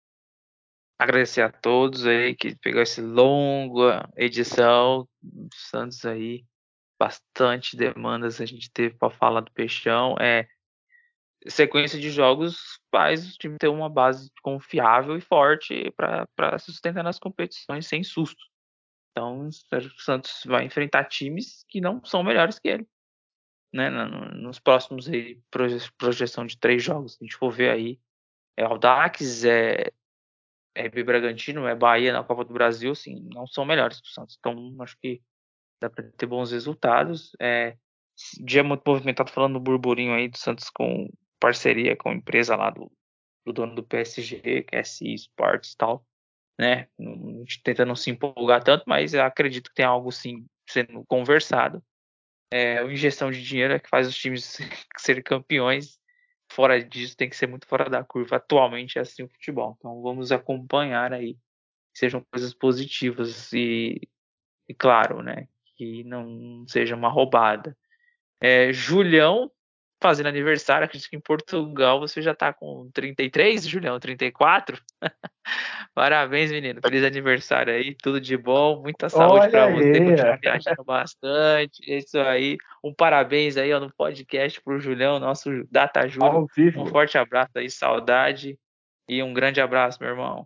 C: Agradecer a todos aí que pegou essa longa edição. Santos aí, bastante demandas a gente teve para falar do Peixão. É, sequência de jogos faz o time ter uma base confiável e forte para se sustentar nas competições sem susto. Então, o Santos vai enfrentar times que não são melhores que ele, né? Nos próximos aí, projeção de três jogos, se a gente for ver aí, é Audax, é, é R B Bragantino, é Bahia na Copa do Brasil, assim, não são melhores que o Santos. Então, acho que dá para ter bons resultados. É, dia muito movimentado falando do burburinho aí do Santos com parceria com a empresa lá do, do dono do P S G, que é S I Sports e tal, né? A gente tenta não se empolgar tanto, mas eu acredito que tem algo sim sendo conversado. É, a injeção de dinheiro é que faz os times serem campeões. Fora disso, tem que ser muito fora da curva. Atualmente é assim o futebol. Então vamos acompanhar aí que sejam coisas positivas e, e claro, né? Que não seja uma roubada. É, Julião fazendo aniversário, acredito que em Portugal você já tá com trinta e três, Julião, trinta e quatro. Parabéns, menino. Feliz aniversário aí, tudo de bom, muita saúde
A: Olha
C: para você,
A: aí,
C: continuar viajando bastante. É isso aí. Um parabéns aí ó, no podcast pro Julião, nosso Data Júlio.
A: ao
C: Um
A: vivo.
C: forte abraço aí, saudade e um grande abraço, meu irmão.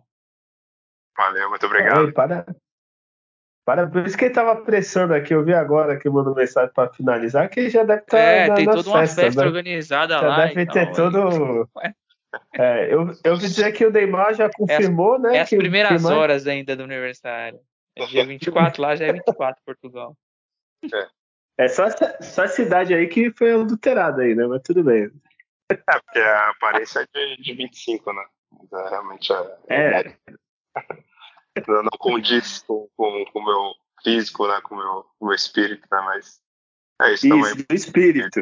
B: Valeu, muito
A: Oi,
B: obrigado.
A: para, para, por isso que ele tava apressando aqui, eu vi agora que mandou mensagem para finalizar, que ele já deve estar
C: É,
A: na-
C: tem
A: nas
C: toda uma
A: festas,
C: festa
A: né?
C: organizada
A: Já
C: lá,
A: deve ter
C: então aí.
A: todo. É, eu, eu ouvi dizer que o Neymar já
C: É as,
A: confirmou,
C: é
A: né?
C: as
A: Que, que
C: primeiras
A: mais.
C: horas ainda do aniversário. É dia vinte e quatro, lá já é vinte e quatro, Portugal.
B: É,
A: É só, essa- só a cidade aí que foi adulterada aí, né? Mas tudo bem.
B: é porque a aparência é de, de vinte e cinco, né? Mas, é, realmente a, a idade
A: É,
B: não, não condiz com, com, com o meu físico, né? Com o meu, com o meu espírito, né? Mas é isso também.
A: isso, do espírito.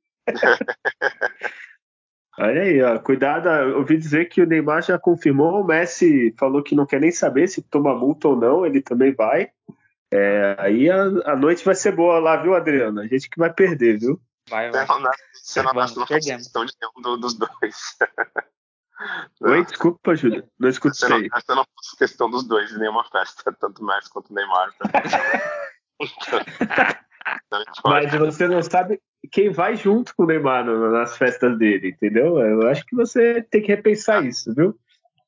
A: Olha aí, ó. Cuidado, eu ouvi dizer que o Neymar já confirmou, o Messi falou que não quer nem saber se toma multa ou não, ele também vai. É, aí a, a noite vai ser boa lá, viu, Adriano? A gente que vai perder, viu?
C: Vai, vai.
B: Você não,
C: Vamos,
B: não faz questão de nenhum do, dos dois.
A: Oi, desculpa, Júlio. Não escutei.
B: Você não, você não faz questão dos dois em nenhuma festa, tanto o Messi quanto o Neymar.
A: Mas você não sabe quem vai junto com o Neymar nas festas dele, entendeu? Eu acho que você tem que repensar isso, viu?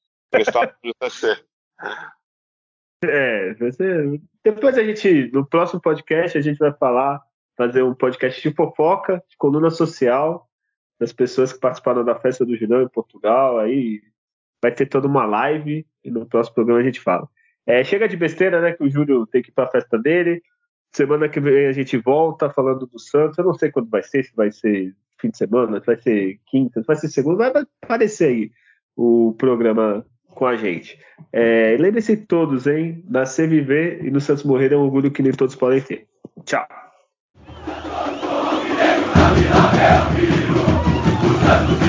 A: É, você... Depois a gente, no próximo podcast, a gente vai falar, fazer um podcast de fofoca, de coluna social, das pessoas que participaram da festa do Julião em Portugal. Aí vai ter toda uma live e no próximo programa a gente fala. É, chega de besteira, né? Que o Júlio tem que ir para a festa dele. Semana que vem a gente volta falando do Santos. Eu não sei quando vai ser, se vai ser fim de semana, se vai ser quinta, se vai ser segunda, vai aparecer aí o programa com a gente. É, lembre-se todos, hein? Nascer, viver e no Santos morrer é um orgulho que nem todos podem ter. Tchau.
D: Santos